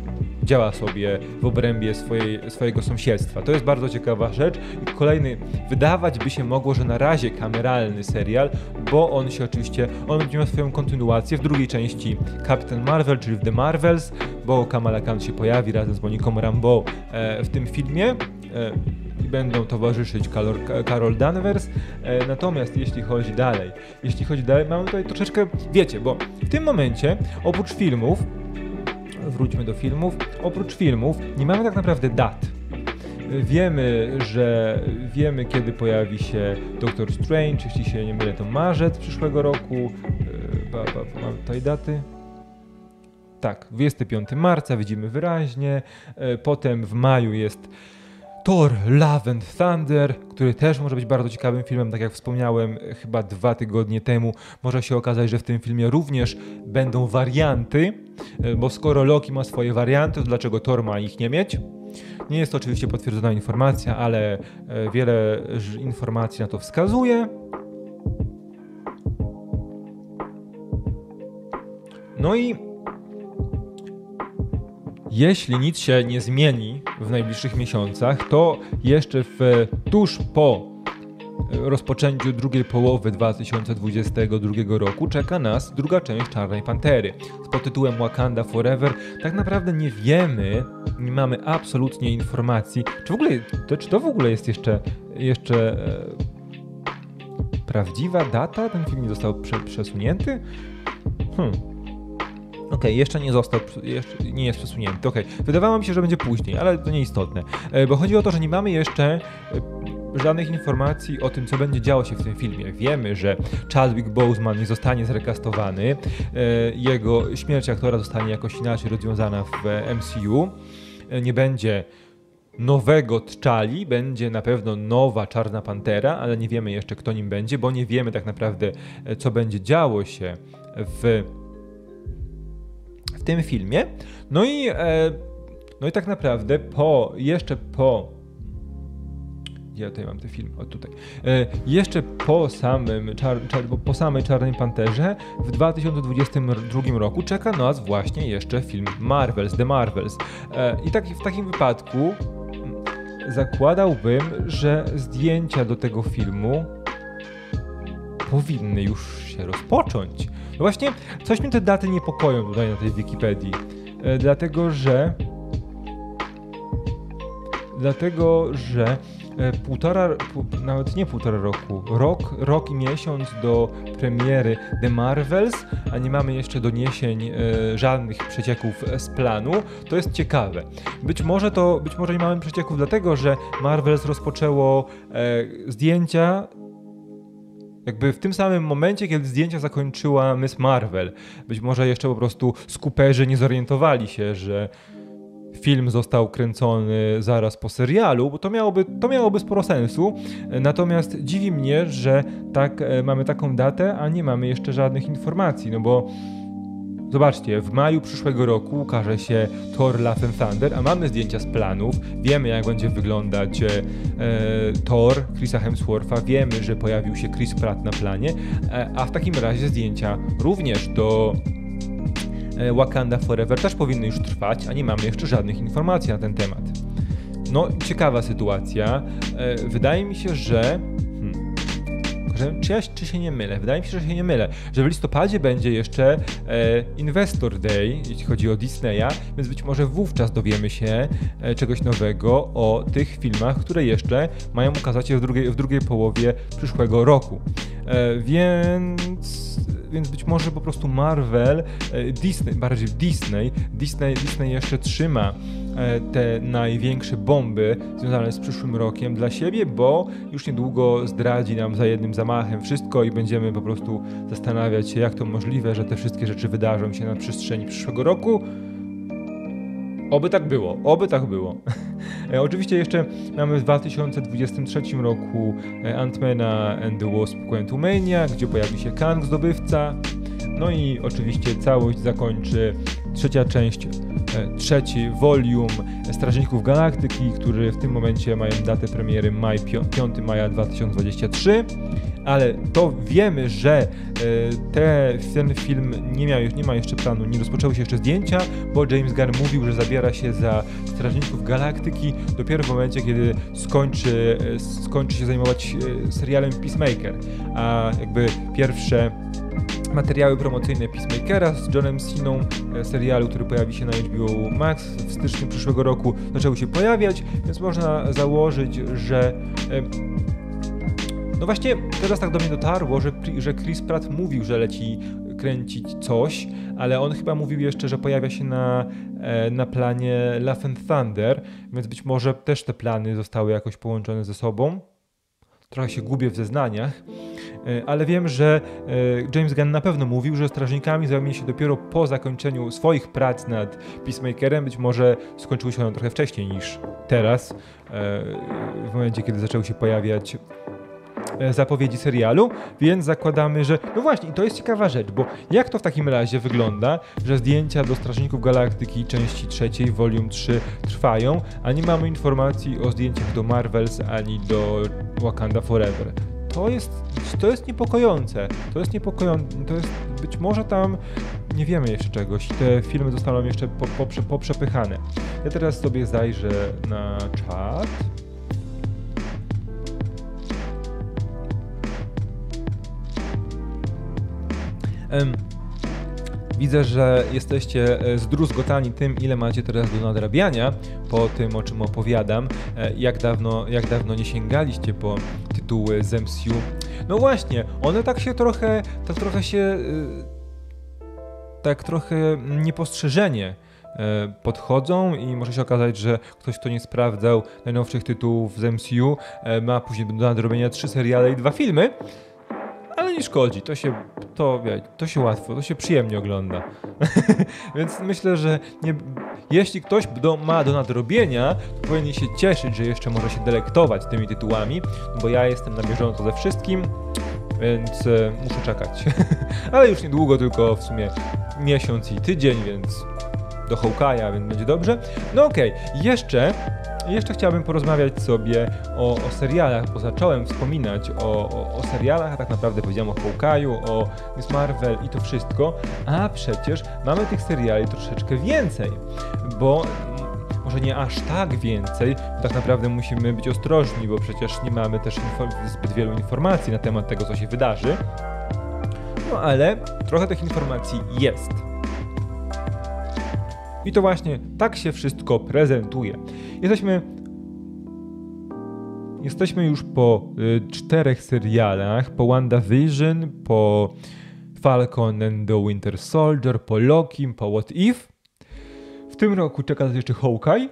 działa sobie w obrębie swojej, swojego sąsiedztwa. To jest bardzo ciekawa rzecz i kolejny, wydawać by się mogło, że na razie kameralny serial, bo on się oczywiście, on będzie miał swoją kontynuację w drugiej części Captain Marvel, czyli w The Marvels, bo Kamala Khan się pojawi razem z Moniką Rambeau e, w tym filmie. E, i będą towarzyszyć Carol, Carol Danvers. E, natomiast jeśli chodzi dalej, jeśli chodzi dalej, mamy tutaj troszeczkę, wiecie, bo w tym momencie oprócz filmów, wróćmy do filmów, oprócz filmów nie mamy tak naprawdę dat. Wiemy, że wiemy, kiedy pojawi się Doctor Strange, jeśli się nie mylę, to marzec przyszłego roku. E, ba, ba, mam tutaj daty. Tak, dwudziestego piątego marca widzimy wyraźnie. E, potem w maju jest Thor Love and Thunder, który też może być bardzo ciekawym filmem, tak jak wspomniałem chyba dwa tygodnie temu. Może się okazać, że w tym filmie również będą warianty, bo skoro Loki ma swoje warianty, to dlaczego Thor ma ich nie mieć? Nie jest to oczywiście potwierdzona informacja, ale wiele informacji na to wskazuje. No i jeśli nic się nie zmieni w najbliższych miesiącach, to jeszcze w, tuż po rozpoczęciu drugiej połowy dwa tysiące dwudziestego drugiego roku czeka nas druga część Czarnej Pantery z podtytułem Wakanda Forever. Tak naprawdę nie wiemy, nie mamy absolutnie informacji, czy w ogóle, to, czy to w ogóle jest jeszcze, jeszcze e, prawdziwa data? Ten film nie został prze, przesunięty? Hmm. Okej, okay, jeszcze nie został, jeszcze nie jest przesunięty. Okej, okay. Wydawało mi się, że będzie później, ale to nieistotne, bo chodzi o to, że nie mamy jeszcze żadnych informacji o tym, co będzie działo się w tym filmie. Wiemy, że Chadwick Boseman nie zostanie zrekastowany, jego śmierć aktora zostanie jakoś inaczej rozwiązana w M C U, nie będzie nowego T'Challi, będzie na pewno nowa Czarna Pantera, ale nie wiemy jeszcze, kto nim będzie, bo nie wiemy tak naprawdę, co będzie działo się w w tym filmie. No i, e, no i tak naprawdę po, jeszcze po ja tutaj mam ten film, o tutaj. E, jeszcze po samym, czar, czar, po samej Czarnej Panterze w dwa tysiące dwudziestym drugim roku czeka nas właśnie jeszcze film Marvels, The Marvels. E, I tak, w takim wypadku zakładałbym, że zdjęcia do tego filmu powinny już się rozpocząć. No właśnie, coś mnie te daty niepokoją tutaj na tej Wikipedii, e, dlatego że dlatego, że e, półtora, pół, nawet nie półtora roku, rok, rok i miesiąc do premiery The Marvels, a nie mamy jeszcze doniesień e, żadnych przecieków z planu, to jest ciekawe. Być może to, być może nie mamy przecieków dlatego, że Marvels rozpoczęło e, zdjęcia jakby w tym samym momencie, kiedy zdjęcia zakończyła Miss Marvel. Być może jeszcze po prostu skuperzy nie zorientowali się, że film został kręcony zaraz po serialu, bo to miałoby, to miałoby sporo sensu. Natomiast dziwi mnie, że tak, mamy taką datę, a nie mamy jeszcze żadnych informacji, no bo zobaczcie, w maju przyszłego roku ukaże się Thor Love and Thunder, a mamy zdjęcia z planów, wiemy jak będzie wyglądać e, Thor Chrisa Hemswortha, wiemy, że pojawił się Chris Pratt na planie, e, a w takim razie zdjęcia również do e, Wakanda Forever też powinny już trwać, a nie mamy jeszcze żadnych informacji na ten temat. No, ciekawa sytuacja. E, wydaje mi się, że Czy, ja, czy się nie mylę? Wydaje mi się, że się nie mylę, że w listopadzie będzie jeszcze e, Investor Day, jeśli chodzi o Disneya, więc być może wówczas dowiemy się e, czegoś nowego o tych filmach, które jeszcze mają ukazać się w drugiej, w drugiej połowie przyszłego roku. E, więc, więc być może po prostu Marvel, e, Disney, bardziej Disney, Disney, Disney jeszcze trzyma te największe bomby związane z przyszłym rokiem dla siebie, bo już niedługo zdradzi nam za jednym zamachem wszystko i będziemy po prostu zastanawiać się, jak to możliwe, że te wszystkie rzeczy wydarzą się na przestrzeni przyszłego roku. Oby tak było, oby tak było. Oczywiście jeszcze mamy w dwa tysiące dwudziestym trzecim roku Ant-Mana and the Wasp Quantumania, gdzie pojawi się Kang, zdobywca. No i oczywiście całość zakończy trzecia część trzeci volume Strażników Galaktyki, który w tym momencie mają datę premiery maj, piątego maja dwa tysiące dwudziestego trzeciego, ale to wiemy, że te, ten film nie, miał, nie ma jeszcze planu, nie rozpoczęły się jeszcze zdjęcia, bo James Gunn mówił, że zabiera się za Strażników Galaktyki dopiero w momencie, kiedy skończy, skończy się zajmować serialem Peacemaker, a jakby pierwsze materiały promocyjne Peacemakera z Johnem Ceną, serialu, który pojawi się na H B O Max w styczniu przyszłego roku, zaczęły się pojawiać, więc można założyć, że no właśnie teraz tak do mnie dotarło, że, że Chris Pratt mówił, że leci kręcić coś, ale on chyba mówił jeszcze, że pojawia się na, na planie Love and Thunder, więc być może też te plany zostały jakoś połączone ze sobą. Trochę się gubię w zeznaniach, ale wiem, że James Gunn na pewno mówił, że strażnikami zajmie się dopiero po zakończeniu swoich prac nad Peacemakerem. Być może skończyły się one trochę wcześniej niż teraz, w momencie, kiedy zaczęły się pojawiać zapowiedzi serialu, więc zakładamy, że... No właśnie, i to jest ciekawa rzecz, bo jak to w takim razie wygląda, że zdjęcia do Strażników Galaktyki części trzeciej, volume trzy trwają, a nie mamy informacji o zdjęciach do Marvels ani do Wakanda Forever. To jest, to jest niepokojące. To jest niepokojące. To jest być może tam nie wiemy jeszcze czegoś. Te filmy zostaną jeszcze po, po, poprzepychane. Ja teraz sobie zajrzę na czat. Um, widzę, że jesteście zdruzgotani tym, ile macie teraz do nadrabiania po tym, o czym opowiadam. Jak dawno, jak dawno nie sięgaliście po tytuły z M C U. No właśnie, one tak się trochę, tak trochę się, tak trochę niepostrzeżenie podchodzą i może się okazać, że ktoś, kto nie sprawdzał najnowszych tytułów z M C U, ma później do nadrobienia trzy seriale i dwa filmy. Ale nie szkodzi, to się, to, to się łatwo, to się przyjemnie ogląda. Więc myślę, że nie, jeśli ktoś do, ma do nadrobienia, to powinien się cieszyć, że jeszcze może się delektować tymi tytułami, bo ja jestem na bieżąco ze wszystkim, więc e, muszę czekać. Ale już niedługo, tylko w sumie miesiąc i tydzień, więc do Hawkeye'a, więc będzie dobrze. No okej, okay. jeszcze... Jeszcze chciałbym porozmawiać sobie o, o serialach, bo zacząłem wspominać o, o, o serialach, a tak naprawdę powiedziałem o Hawkeye'u, o Miss Marvel i to wszystko, a przecież mamy tych seriali troszeczkę więcej, bo może nie aż tak więcej, bo tak naprawdę musimy być ostrożni, bo przecież nie mamy też zbyt wielu informacji na temat tego, co się wydarzy, no ale trochę tych informacji jest. I to właśnie tak się wszystko prezentuje. Jesteśmy, jesteśmy już po y, czterech serialach, po WandaVision, po Falcon and the Winter Soldier, po Loki, po What If. W tym roku czeka nas jeszcze Hawkeye.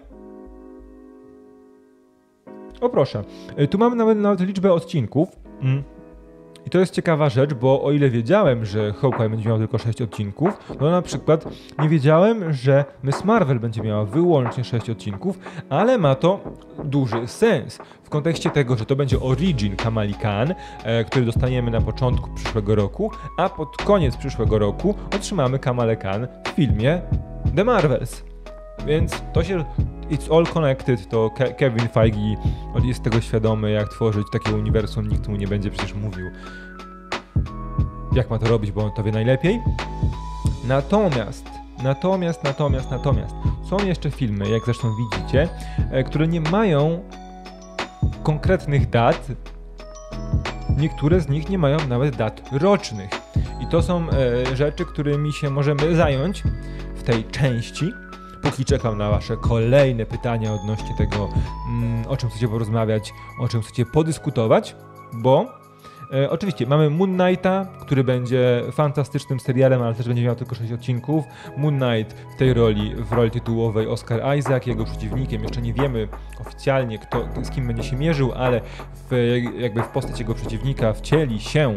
O proszę, y, tu mamy nawet, nawet liczbę odcinków. Mm. I to jest ciekawa rzecz, bo o ile wiedziałem, że Hawkeye będzie miał tylko sześć odcinków, to na przykład nie wiedziałem, że Miss Marvel będzie miała wyłącznie sześć odcinków, ale ma to duży sens w kontekście tego, że to będzie origin Kamali Khan, e, który dostaniemy na początku przyszłego roku, a pod koniec przyszłego roku otrzymamy Kamalę Khan w filmie The Marvels. Więc to się... It's all connected, to Ke- Kevin Feige jest tego świadomy, jak tworzyć takie uniwersum, nikt mu nie będzie przecież mówił, jak ma to robić, bo on to wie najlepiej. Natomiast, natomiast, natomiast, natomiast są jeszcze filmy, jak zresztą widzicie, e, które nie mają konkretnych dat. Niektóre z nich nie mają nawet dat rocznych. I to są e, rzeczy, którymi się możemy zająć w tej części. Póki czekam na wasze kolejne pytania odnośnie tego, mm, o czym chcecie porozmawiać, o czym chcecie podyskutować, bo e, oczywiście mamy Moon Knighta, który będzie fantastycznym serialem, ale też będzie miał tylko sześć odcinków. Moon Knight w tej roli, w roli tytułowej Oscar Isaac, jego przeciwnikiem, jeszcze nie wiemy oficjalnie, kto, z kim będzie się mierzył, ale w, jakby w postać jego przeciwnika wcieli się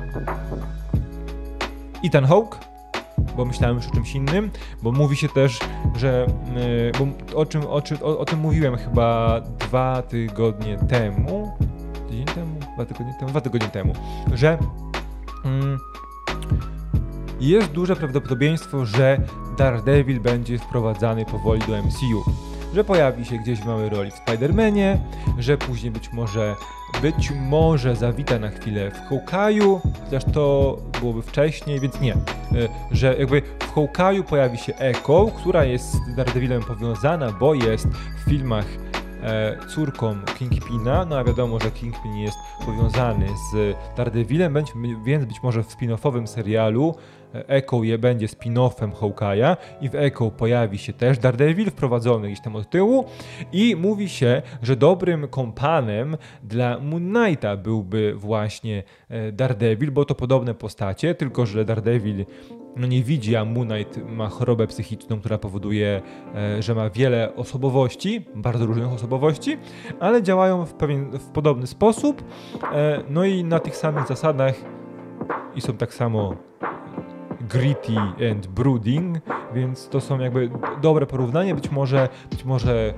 Ethan Hawke, bo myślałem już o czymś innym, bo mówi się też, że yy, bo o, czym, o, czym, o, o tym mówiłem chyba dwa tygodnie temu, tydzień temu, dwa tygodnie temu, dwa tygodnie temu, że yy, jest duże prawdopodobieństwo, że Daredevil będzie wprowadzany powoli do M C U. Że pojawi się gdzieś w małej roli w Spider-Manie, że później być może, być może zawita na chwilę w Hawkeye'u, chociaż to byłoby wcześniej, więc nie. Że jakby w Hawkeye'u pojawi się Echo, która jest z Daredevilem powiązana, bo jest w filmach e, córką Kingpina, no a wiadomo, że Kingpin jest powiązany z Daredevilem, więc być może w spin-offowym serialu Echo je będzie spin-offem Hawkeye'a i w Echo pojawi się też Daredevil wprowadzony gdzieś tam od tyłu i mówi się, że dobrym kompanem dla Moon Knighta byłby właśnie Daredevil, bo to podobne postacie, tylko że Daredevil no nie widzi, a Moon Knight ma chorobę psychiczną, która powoduje, że ma wiele osobowości, bardzo różnych osobowości, ale działają w pewien, w podobny sposób, no i na tych samych zasadach i są tak samo gritty and brooding, więc to są jakby dobre porównanie, być może, być może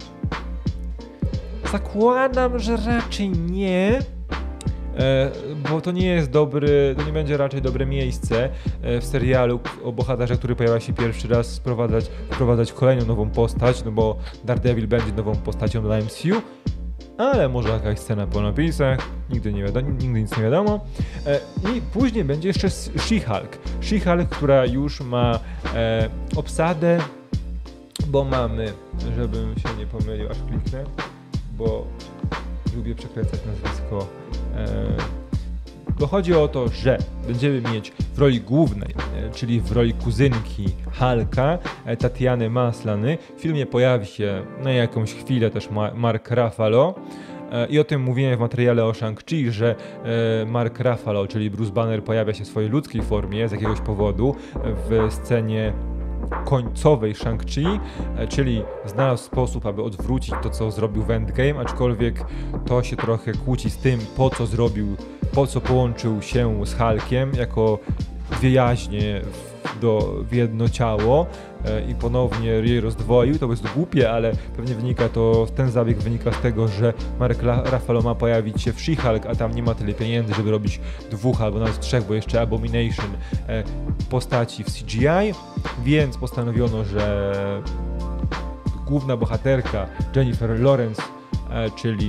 zakładam, że raczej nie, e, bo to nie jest dobry, to nie będzie raczej dobre miejsce e, w serialu o bohaterze, który pojawia się pierwszy raz, wprowadzać, wprowadzać kolejną nową postać, no bo Daredevil będzie nową postacią dla M C U, ale może jakaś scena po napisach, nigdy nie wiadomo, nigdy nic nie wiadomo. E, I później będzie jeszcze She-Hulk. She-Hulk, która już ma e, obsadę, bo mamy, żebym się nie pomylił, aż kliknę, bo lubię przekręcać nazwisko. E, bo chodzi o to, że będziemy mieć w roli głównej, czyli w roli kuzynki Hulka, Tatiany Maslany. W filmie pojawi się na jakąś chwilę też Mark Ruffalo. I o tym mówiłem w materiale o Shang-Chi, że Mark Ruffalo, czyli Bruce Banner, pojawia się w swojej ludzkiej formie z jakiegoś powodu w scenie końcowej Shang-Chi, czyli znalazł sposób, aby odwrócić to, co zrobił w Endgame, aczkolwiek to się trochę kłóci z tym, po co zrobił, po co połączył się z Hulkiem jako dwie jaźnie w, do, w jedno ciało e, i ponownie je rozdwoił. To jest głupie, ale pewnie wynika to, ten zabieg wynika z tego, że Mark Ruffalo ma pojawić się w She-Hulk, a tam nie ma tyle pieniędzy, żeby robić dwóch albo nawet trzech, bo jeszcze Abomination e, postaci w C G I, więc postanowiono, że główna bohaterka Jennifer Lawrence, e, czyli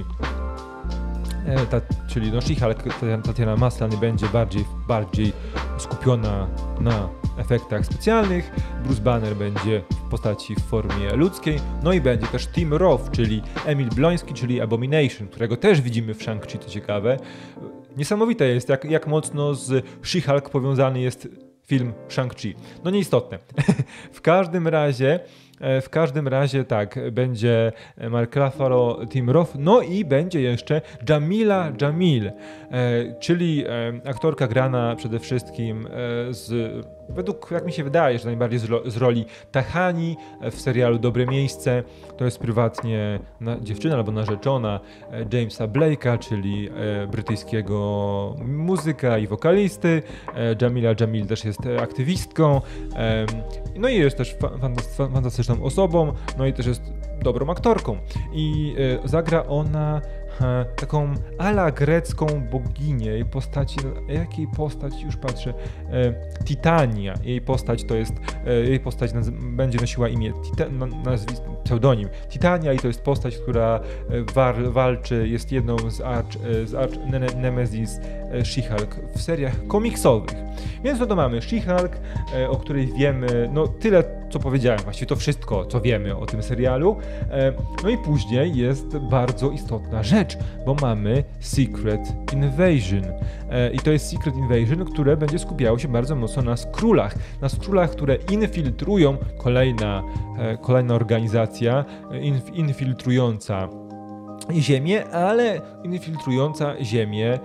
Ta, czyli no She-Hulk, Tatiana Maslany będzie bardziej, bardziej skupiona na efektach specjalnych, Bruce Banner będzie w postaci w formie ludzkiej, no i będzie też Tim Roth, czyli Emil Błoński, czyli Abomination, którego też widzimy w Shang-Chi, to ciekawe. Niesamowite jest, jak, jak mocno z She-Hulk powiązany jest film Shang-Chi. No nieistotne. W każdym razie W każdym razie tak, będzie Mark Ruffalo, Tim Roth, no i będzie jeszcze Jamila Jamil, e, czyli e, aktorka grana przede wszystkim e, z, według, jak mi się wydaje, że najbardziej z, ro, z roli Tahani w serialu Dobre Miejsce. To jest prywatnie na, dziewczyna albo narzeczona e, Jamesa Blake'a, czyli e, brytyjskiego muzyka i wokalisty. E, Jamila Jamil też jest aktywistką, e, no i jest też fa, fantastyczną osobą, no i też jest dobrą aktorką i y, zagra ona e, taką ala grecką boginię, jej postaci, jakiej postać, już patrzę, e, Titania, jej postać to jest, e, jej postać naz- będzie nosiła imię, Tita- na, nazwisk, pseudonim Titania i to jest postać, która war, walczy, jest jedną z arch, z arch nemesis She-Hulk w seriach komiksowych. Więc no to mamy She-Hulk, e, o której wiemy, no tyle co powiedziałem, właściwie to wszystko, co wiemy o tym serialu. E, no i później jest bardzo istotna rzecz, bo mamy Secret Invasion. E, I to jest Secret Invasion, które będzie skupiało się bardzo mocno na Skrullach. Na Skrullach, które infiltrują, kolejna, e, kolejna organizacja inf, infiltrująca Ziemię, ale infiltrująca Ziemię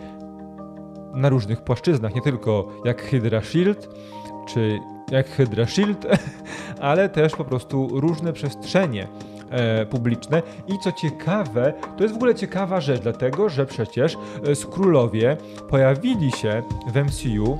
na różnych płaszczyznach, nie tylko jak Hydra Shield, czy jak Hydra Shield, ale też po prostu różne przestrzenie e, publiczne. I co ciekawe, to jest w ogóle ciekawa rzecz, dlatego, że przecież e, Skrullowie pojawili się w M C U,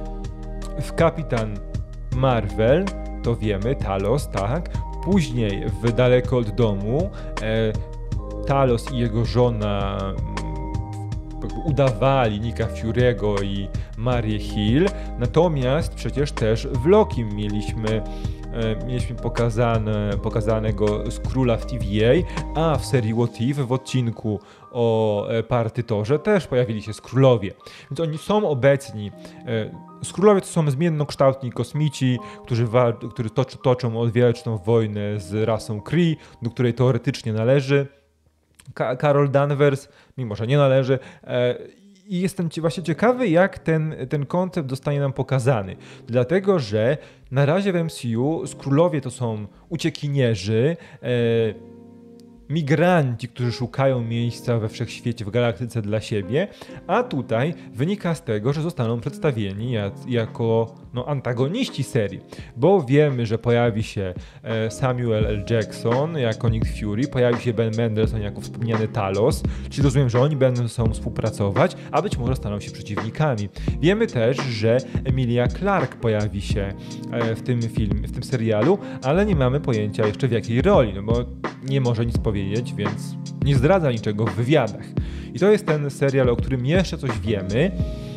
w Kapitan Marvel, to wiemy, Talos, tak, później w Daleko od domu, e, Talos i jego żona jakby udawali Nicka Fury'ego i Marię Hill, natomiast przecież też w Lokim mieliśmy e, mieliśmy pokazane, pokazanego z Króla w T V A, a w serii What If w odcinku o e, partytorze też pojawili się Skrólowie, więc oni są obecni. E, Skrólowie to są zmiennokształtni kosmici, którzy, wal- którzy toczy, toczą odwieczną wojnę z rasą Kree, do której teoretycznie należy Ka- Carol Danvers, mimo że nie należy. E, I jestem ci- właśnie ciekawy, jak ten, ten koncept zostanie nam pokazany. Dlatego, że na razie w M C U Skrólowie to są uciekinierzy, e, migranci, którzy szukają miejsca we wszechświecie, w galaktyce dla siebie, a tutaj wynika z tego, że zostaną przedstawieni jak, jako no, antagoniści serii, bo wiemy, że pojawi się e, Samuel L. Jackson jako Nick Fury, pojawi się Ben Mendelsohn jako wspomniany Talos, czyli rozumiem, że oni będą ze sobą współpracować, a być może staną się przeciwnikami. Wiemy też, że Emilia Clarke pojawi się e, w tym filmie, w tym serialu, ale nie mamy pojęcia jeszcze w jakiej roli, no bo nie może nic powiedzieć, więc nie zdradza niczego w wywiadach. I to jest ten serial, o którym jeszcze coś wiemy.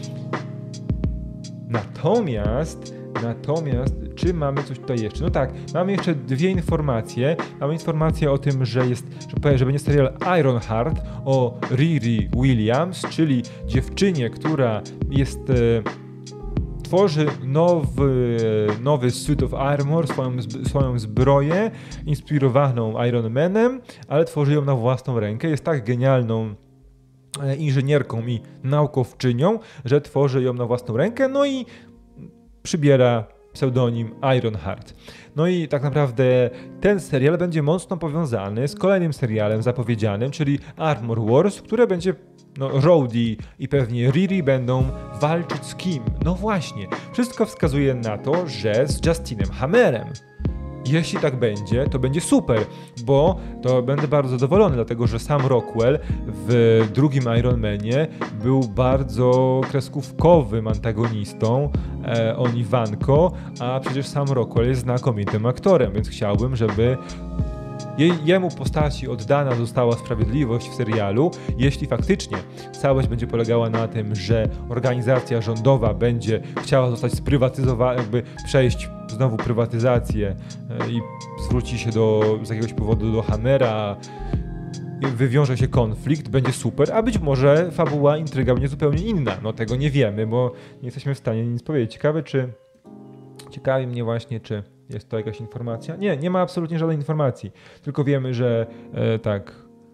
Natomiast, natomiast, czy mamy coś tutaj jeszcze? No tak, mamy jeszcze dwie informacje. Mamy informację o tym, że jest, że, że będzie serial Ironheart o Riri Williams, czyli dziewczynie, która jest... E, tworzy nowy, nowy suit of armor, swoją, swoją zbroję inspirowaną Iron Manem, ale tworzy ją na własną rękę. Jest tak genialną inżynierką i naukowczynią, że tworzy ją na własną rękę, no i przybiera pseudonim Ironheart. No i tak naprawdę ten serial będzie mocno powiązany z kolejnym serialem zapowiedzianym, czyli Armor Wars, które będzie no, Rhodey i pewnie Riri będą walczyć z kim? No właśnie, wszystko wskazuje na to, że z Justinem Hammerem. Jeśli tak będzie, to będzie super, bo to będę bardzo zadowolony, dlatego że sam Rockwell w drugim Iron Manie był bardzo kreskówkowym antagonistą, e, on Iwanko, a przecież sam Rockwell jest znakomitym aktorem, więc chciałbym, żeby jej, jemu postaci oddana została sprawiedliwość w serialu, jeśli faktycznie całość będzie polegała na tym, że organizacja rządowa będzie chciała zostać sprywatyzowana, jakby przejść znowu prywatyzację i zwróci się do, z jakiegoś powodu do Hammera, wywiąże się konflikt, będzie super, a być może fabuła, intryga będzie zupełnie inna. No tego nie wiemy, bo nie jesteśmy w stanie nic powiedzieć. Ciekawe, czy... Ciekawi mnie właśnie, czy jest to jakaś informacja. Nie, nie ma absolutnie żadnej informacji. Tylko wiemy, że e, tak...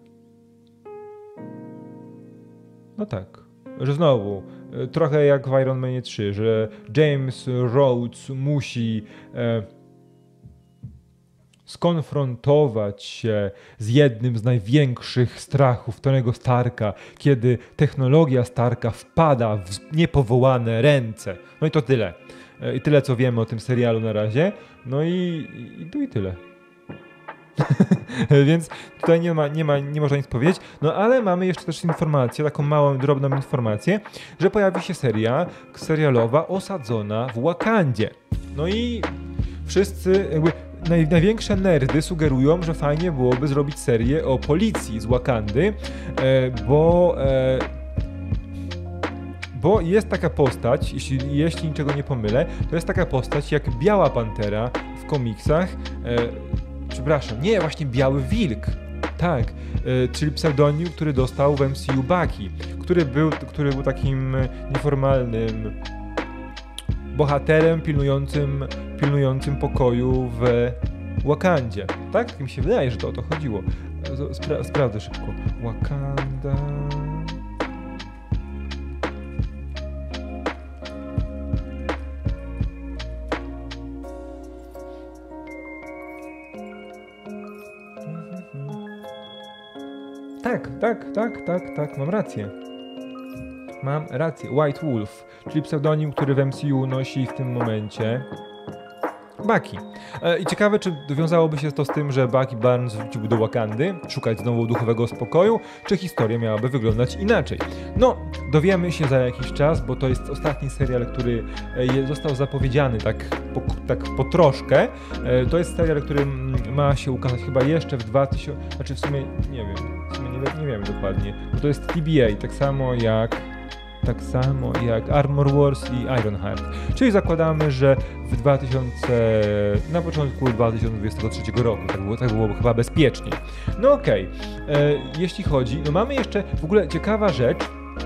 No tak, że znowu, e, trochę jak w Iron Manie trzy, że James Rhodes musi e, skonfrontować się z jednym z największych strachów Tonego Starka, kiedy technologia Starka wpada w niepowołane ręce. No i to tyle. I tyle, co wiemy o tym serialu na razie. No i, i tu i tyle. Więc tutaj nie ma, nie ma, nie można nic powiedzieć. No ale mamy jeszcze też informację, taką małą, drobną informację, że pojawi się seria serialowa osadzona w Wakandzie. No i wszyscy, jakby naj, największe nerdy sugerują, że fajnie byłoby zrobić serię o policji z Wakandy, e, bo... E, Bo jest taka postać, jeśli, jeśli niczego nie pomylę, to jest taka postać jak Biała Pantera w komiksach. E, przepraszam, nie, właśnie Biały Wilk. Tak, e, czyli pseudonim, który dostał w M C U Bucky, który był, który był takim nieformalnym bohaterem pilnującym, pilnującym pokoju w Wakandzie. Tak? Tak mi się wydaje, że to o to chodziło. Spra- sprawdzę szybko. Wakanda... Tak, tak, tak, tak, tak, mam rację. Mam rację. White Wolf, czyli pseudonim, który w M C U nosi w tym momencie Bucky. E, I ciekawe, czy wiązałoby się to z tym, że Bucky Barnes wróciłby do Wakandy, szukać znowu duchowego spokoju, czy historia miałaby wyglądać inaczej. No, dowiemy się za jakiś czas, bo to jest ostatni serial, który e, został zapowiedziany tak po, tak po troszkę. E, to jest serial, który ma się ukazać chyba jeszcze w dwa tysiące... Znaczy w sumie, nie wiem, w sumie nie, nie wiemy dokładnie, bo to jest T B A, tak samo jak... tak samo jak Armor Wars i Ironheart. Czyli zakładamy, że w dwa tysiące, na początku dwa tysiące dwudziestego trzeciego roku, tak było, tak byłoby chyba bezpieczniej. No okej, okay. Jeśli chodzi, no mamy jeszcze w ogóle ciekawa rzecz.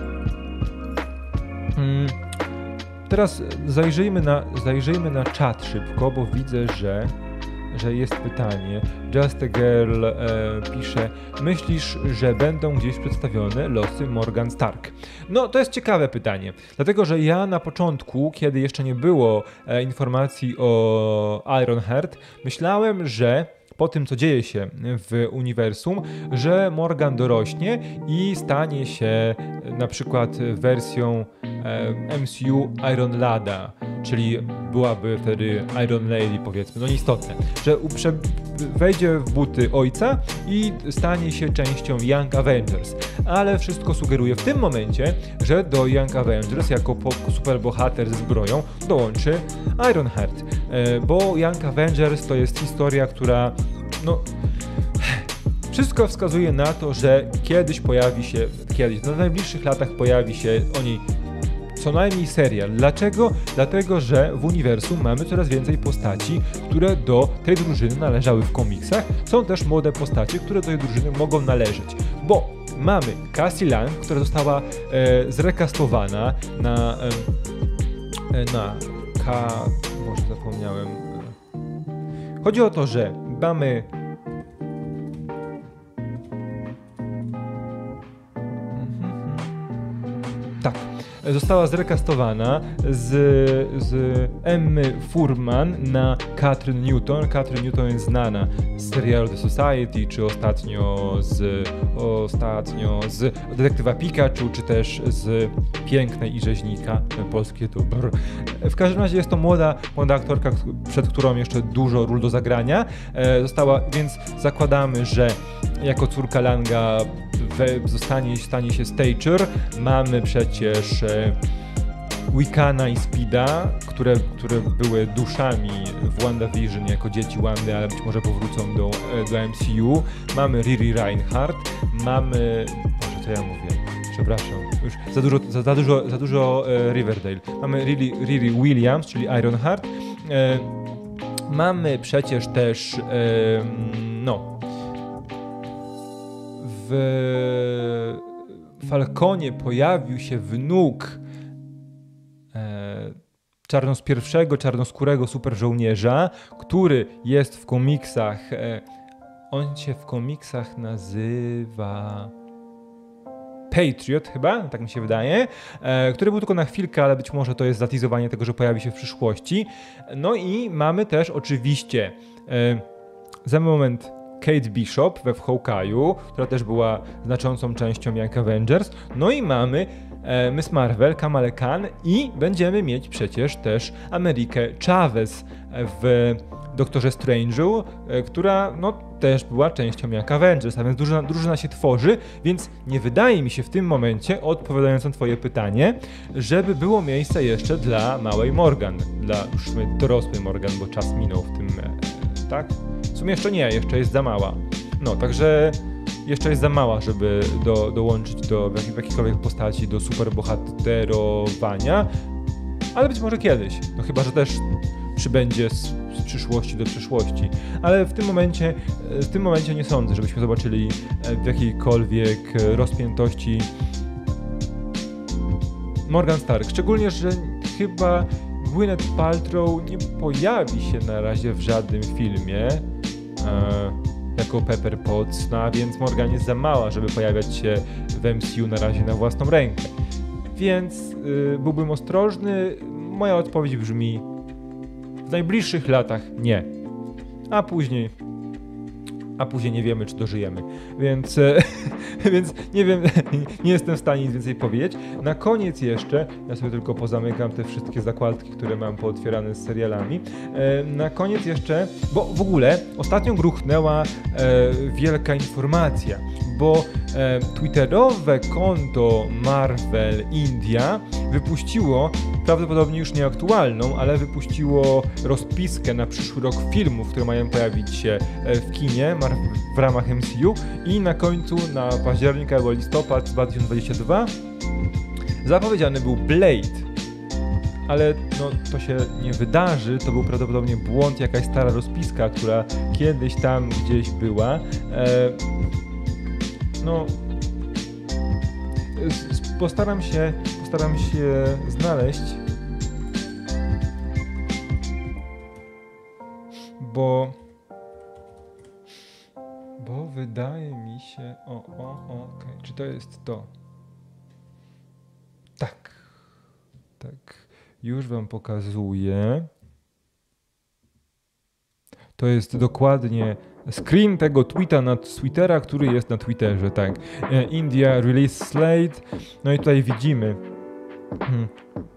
Hmm. Teraz zajrzyjmy na, zajrzyjmy na czat szybko, bo widzę, że że jest pytanie. Just a Girl e, pisze: myślisz, że będą gdzieś przedstawione losy Morgan Stark? No, to jest ciekawe pytanie, dlatego że ja na początku, kiedy jeszcze nie było e, informacji o Ironheart, myślałem, że po tym, co dzieje się w uniwersum, że Morgan dorośnie i stanie się na przykład wersją M C U Iron Lada, czyli byłaby wtedy Iron Lady, powiedzmy, no nieistotne, że uprze- wejdzie w buty ojca i stanie się częścią Young Avengers, ale wszystko sugeruje w tym momencie, że do Young Avengers jako superbohater ze zbroją dołączy Ironheart, bo Young Avengers to jest historia, która no wszystko wskazuje na to, że kiedyś pojawi się, kiedyś, no w najbliższych latach pojawi się o niej co najmniej serial. Dlaczego? Dlatego, że w uniwersum mamy coraz więcej postaci, które do tej drużyny należały w komiksach. Są też młode postacie, które do tej drużyny mogą należeć, bo mamy Cassie Lang, która została e, zrekastowana na e, na K... może zapomniałem. Chodzi o to, że mamy tak, została zrekastowana z, z Emmy Furman na Kathryn Newton. Kathryn Newton jest znana z serialu The Society, czy ostatnio z, ostatnio z Detektywa Pikachu, czy też z Pięknej i Rzeźnika, polski youtuber. W każdym razie jest to młoda, młoda aktorka, przed którą jeszcze dużo ról do zagrania. Została, więc zakładamy, że jako córka Langa we, zostanie, stanie się Stature. Mamy przecież e, Wiccana i Speeda, które, które były duszami w WandaVision jako dzieci Wandy, ale być może powrócą do, do M C U. Mamy Riri Reinhardt, mamy... Boże, co ja mówię? Przepraszam, już za dużo, za, za dużo, za dużo e, Riverdale. Mamy Riri, Riri Williams, czyli Ironheart. E, mamy przecież też e, no w Falconie pojawił się wnuk e, czarnos pierwszego czarnoskórego super żołnierza, który jest w komiksach, e, on się w komiksach nazywa Patriot chyba, tak mi się wydaje, e, który był tylko na chwilkę, ale być może to jest zatizowanie tego, że pojawi się w przyszłości. No i mamy też oczywiście e, za moment Kate Bishop we Hawkeye'u, która też była znaczącą częścią Young Avengers. No i mamy e, Miss Marvel, Kamala Khan i będziemy mieć przecież też Amerikę Chavez w Doktorze Strange'u, e, która no też była częścią Young Avengers, a więc drużyna, drużyna się tworzy, więc nie wydaje mi się w tym momencie, odpowiadając na twoje pytanie, żeby było miejsce jeszcze dla małej Morgan, dla już dorosłej Morgan, bo czas minął w tym, e, tak? W sumie jeszcze nie, jeszcze jest za mała. No, także jeszcze jest za mała, żeby do, dołączyć do w jakiejkolwiek postaci do superbohaterowania, ale być może kiedyś. No chyba, że też przybędzie z, z przyszłości do przyszłości. Ale w tym momencie, w tym momencie nie sądzę, żebyśmy zobaczyli w jakiejkolwiek rozpiętości Morgan Stark. Szczególnie, że chyba Gwyneth Paltrow nie pojawi się na razie w żadnym filmie e, jako Pepper Potts, no a więc Morgan jest za mała, żeby pojawiać się w M C U na razie na własną rękę. Więc y, byłbym ostrożny. Moja odpowiedź brzmi: w najbliższych latach nie. A później a później nie wiemy, czy dożyjemy. Więc, więc nie wiem, nie jestem w stanie nic więcej powiedzieć. Na koniec jeszcze, ja sobie tylko pozamykam te wszystkie zakładki, które mam pootwierane z serialami. E, na koniec jeszcze, bo w ogóle ostatnio gruchnęła e, wielka informacja, bo e, twitterowe konto Marvel India wypuściło, prawdopodobnie już nieaktualną, ale wypuściło rozpiskę na przyszły rok filmów, które mają pojawić się w kinie w ramach M C U i na końcu, na październik albo listopad dwa tysiące dwudziesty drugi zapowiedziany był Blade. Ale no, to się nie wydarzy, to był prawdopodobnie błąd, jakaś stara rozpiska, która kiedyś tam gdzieś była. E, no, postaram się, postaram się znaleźć, bo, bo wydaje mi się, o, o, o, okej, okay. Czy to jest to? Tak, tak, już wam pokazuję. To jest dokładnie screen tego tweeta na Twittera, który jest na Twitterze, tak. India Release Slate. No i tutaj widzimy hmm.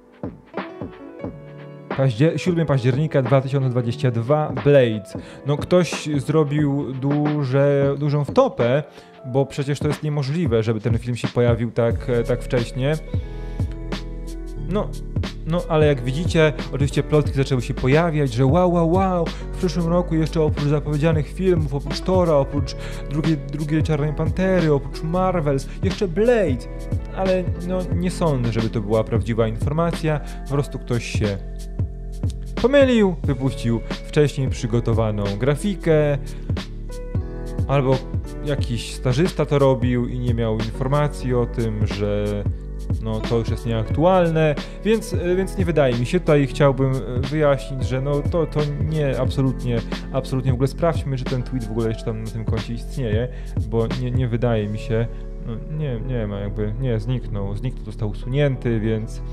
Paździer- siódmego października dwa tysiące dwudziestego drugiego Blade. No ktoś zrobił duże, dużą wtopę, bo przecież to jest niemożliwe, żeby ten film się pojawił tak, tak wcześnie. No, no, ale jak widzicie, oczywiście plotki zaczęły się pojawiać, że wow, wow, wow, w przyszłym roku jeszcze oprócz zapowiedzianych filmów, oprócz Thora, oprócz drugiej, drugiej Czarnej Pantery, oprócz Marvels, jeszcze Blade. Ale no, nie sądzę, żeby to była prawdziwa informacja, po prostu ktoś się pomylił, wypuścił wcześniej przygotowaną grafikę, albo jakiś stażysta to robił i nie miał informacji o tym, że no to już jest nieaktualne, więc, więc nie wydaje mi się. Tutaj chciałbym wyjaśnić, że no to, to nie, absolutnie, absolutnie w ogóle sprawdźmy, czy ten tweet w ogóle jeszcze tam na tym koncie istnieje, bo nie, nie wydaje mi się, no nie, nie ma jakby, nie, zniknął, zniknął, został usunięty, więc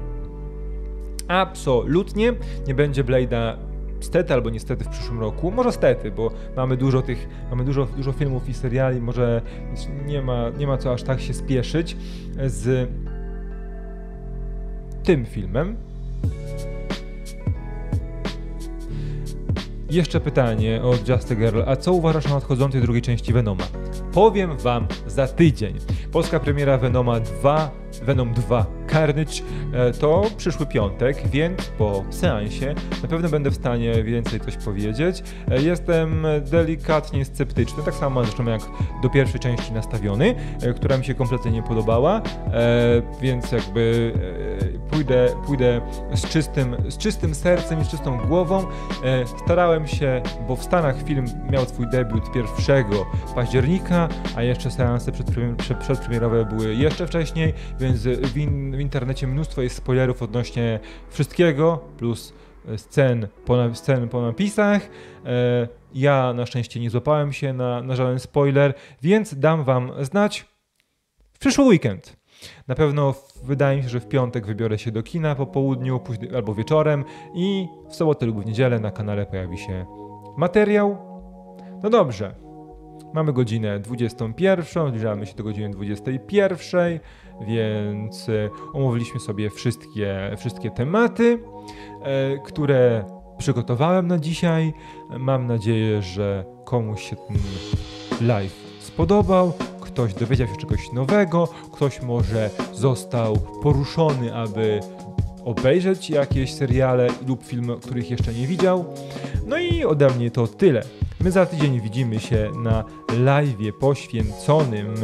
absolutnie nie będzie Blade'a stety albo niestety w przyszłym roku, może stety, bo mamy dużo tych, mamy dużo, dużo filmów i seriali, może nie ma, nie ma co aż tak się spieszyć z tym filmem. Jeszcze pytanie od Just a Girl, a co uważasz o nadchodzącej drugiej części Venoma? Powiem wam za tydzień. Polska premiera Venoma dwa, Venom dwa Carnage to przyszły piątek, więc po seansie na pewno będę w stanie więcej coś powiedzieć. Jestem delikatnie sceptyczny, tak samo zresztą jak do pierwszej części nastawiony, która mi się kompletnie nie podobała, więc jakby pójdę, pójdę z czystym, z czystym sercem i z czystą głową. Starałem się, bo w Stanach film miał swój debiut pierwszego października, a jeszcze seanse przedpremierowe były jeszcze wcześniej, więc w, in, w internecie mnóstwo jest spoilerów odnośnie wszystkiego, plus scen po, scen po napisach. Ja na szczęście nie złapałem się na, na żaden spoiler, więc dam wam znać w przyszły weekend. Na pewno wydaje mi się, że w piątek wybiorę się do kina po południu później, albo wieczorem i w sobotę lub w niedzielę na kanale pojawi się materiał. No dobrze, mamy godzinę dwudziestą pierwszą, zbliżamy się do godziny dwudziestej pierwszej, więc omówiliśmy sobie wszystkie, wszystkie tematy, e, które przygotowałem na dzisiaj. Mam nadzieję, że komuś się ten live spodobał. Ktoś dowiedział się czegoś nowego, ktoś może został poruszony, aby obejrzeć jakieś seriale lub filmy, których jeszcze nie widział. No i ode mnie to tyle. My za tydzień widzimy się na live'ie poświęconym...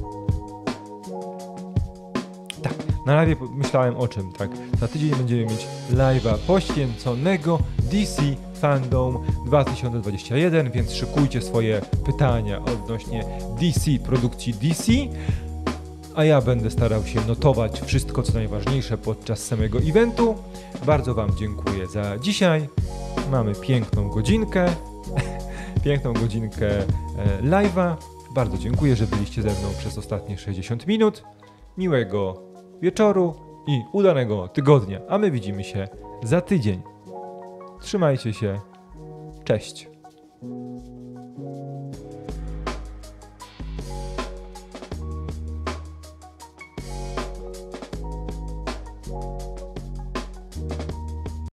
Tak, na live'ie myślałem o czym, tak. Za tydzień będziemy mieć live'a poświęconego D C Fandom dwa tysiące dwudziesty pierwszy, więc szykujcie swoje pytania odnośnie D C, produkcji D C, a ja będę starał się notować wszystko, co najważniejsze podczas samego eventu. Bardzo wam dziękuję za dzisiaj. Mamy piękną godzinkę, piękną godzinkę live'a. Bardzo dziękuję, że byliście ze mną przez ostatnie sześćdziesiąt minut. Miłego wieczoru i udanego tygodnia, a my widzimy się za tydzień. Trzymajcie się. Cześć.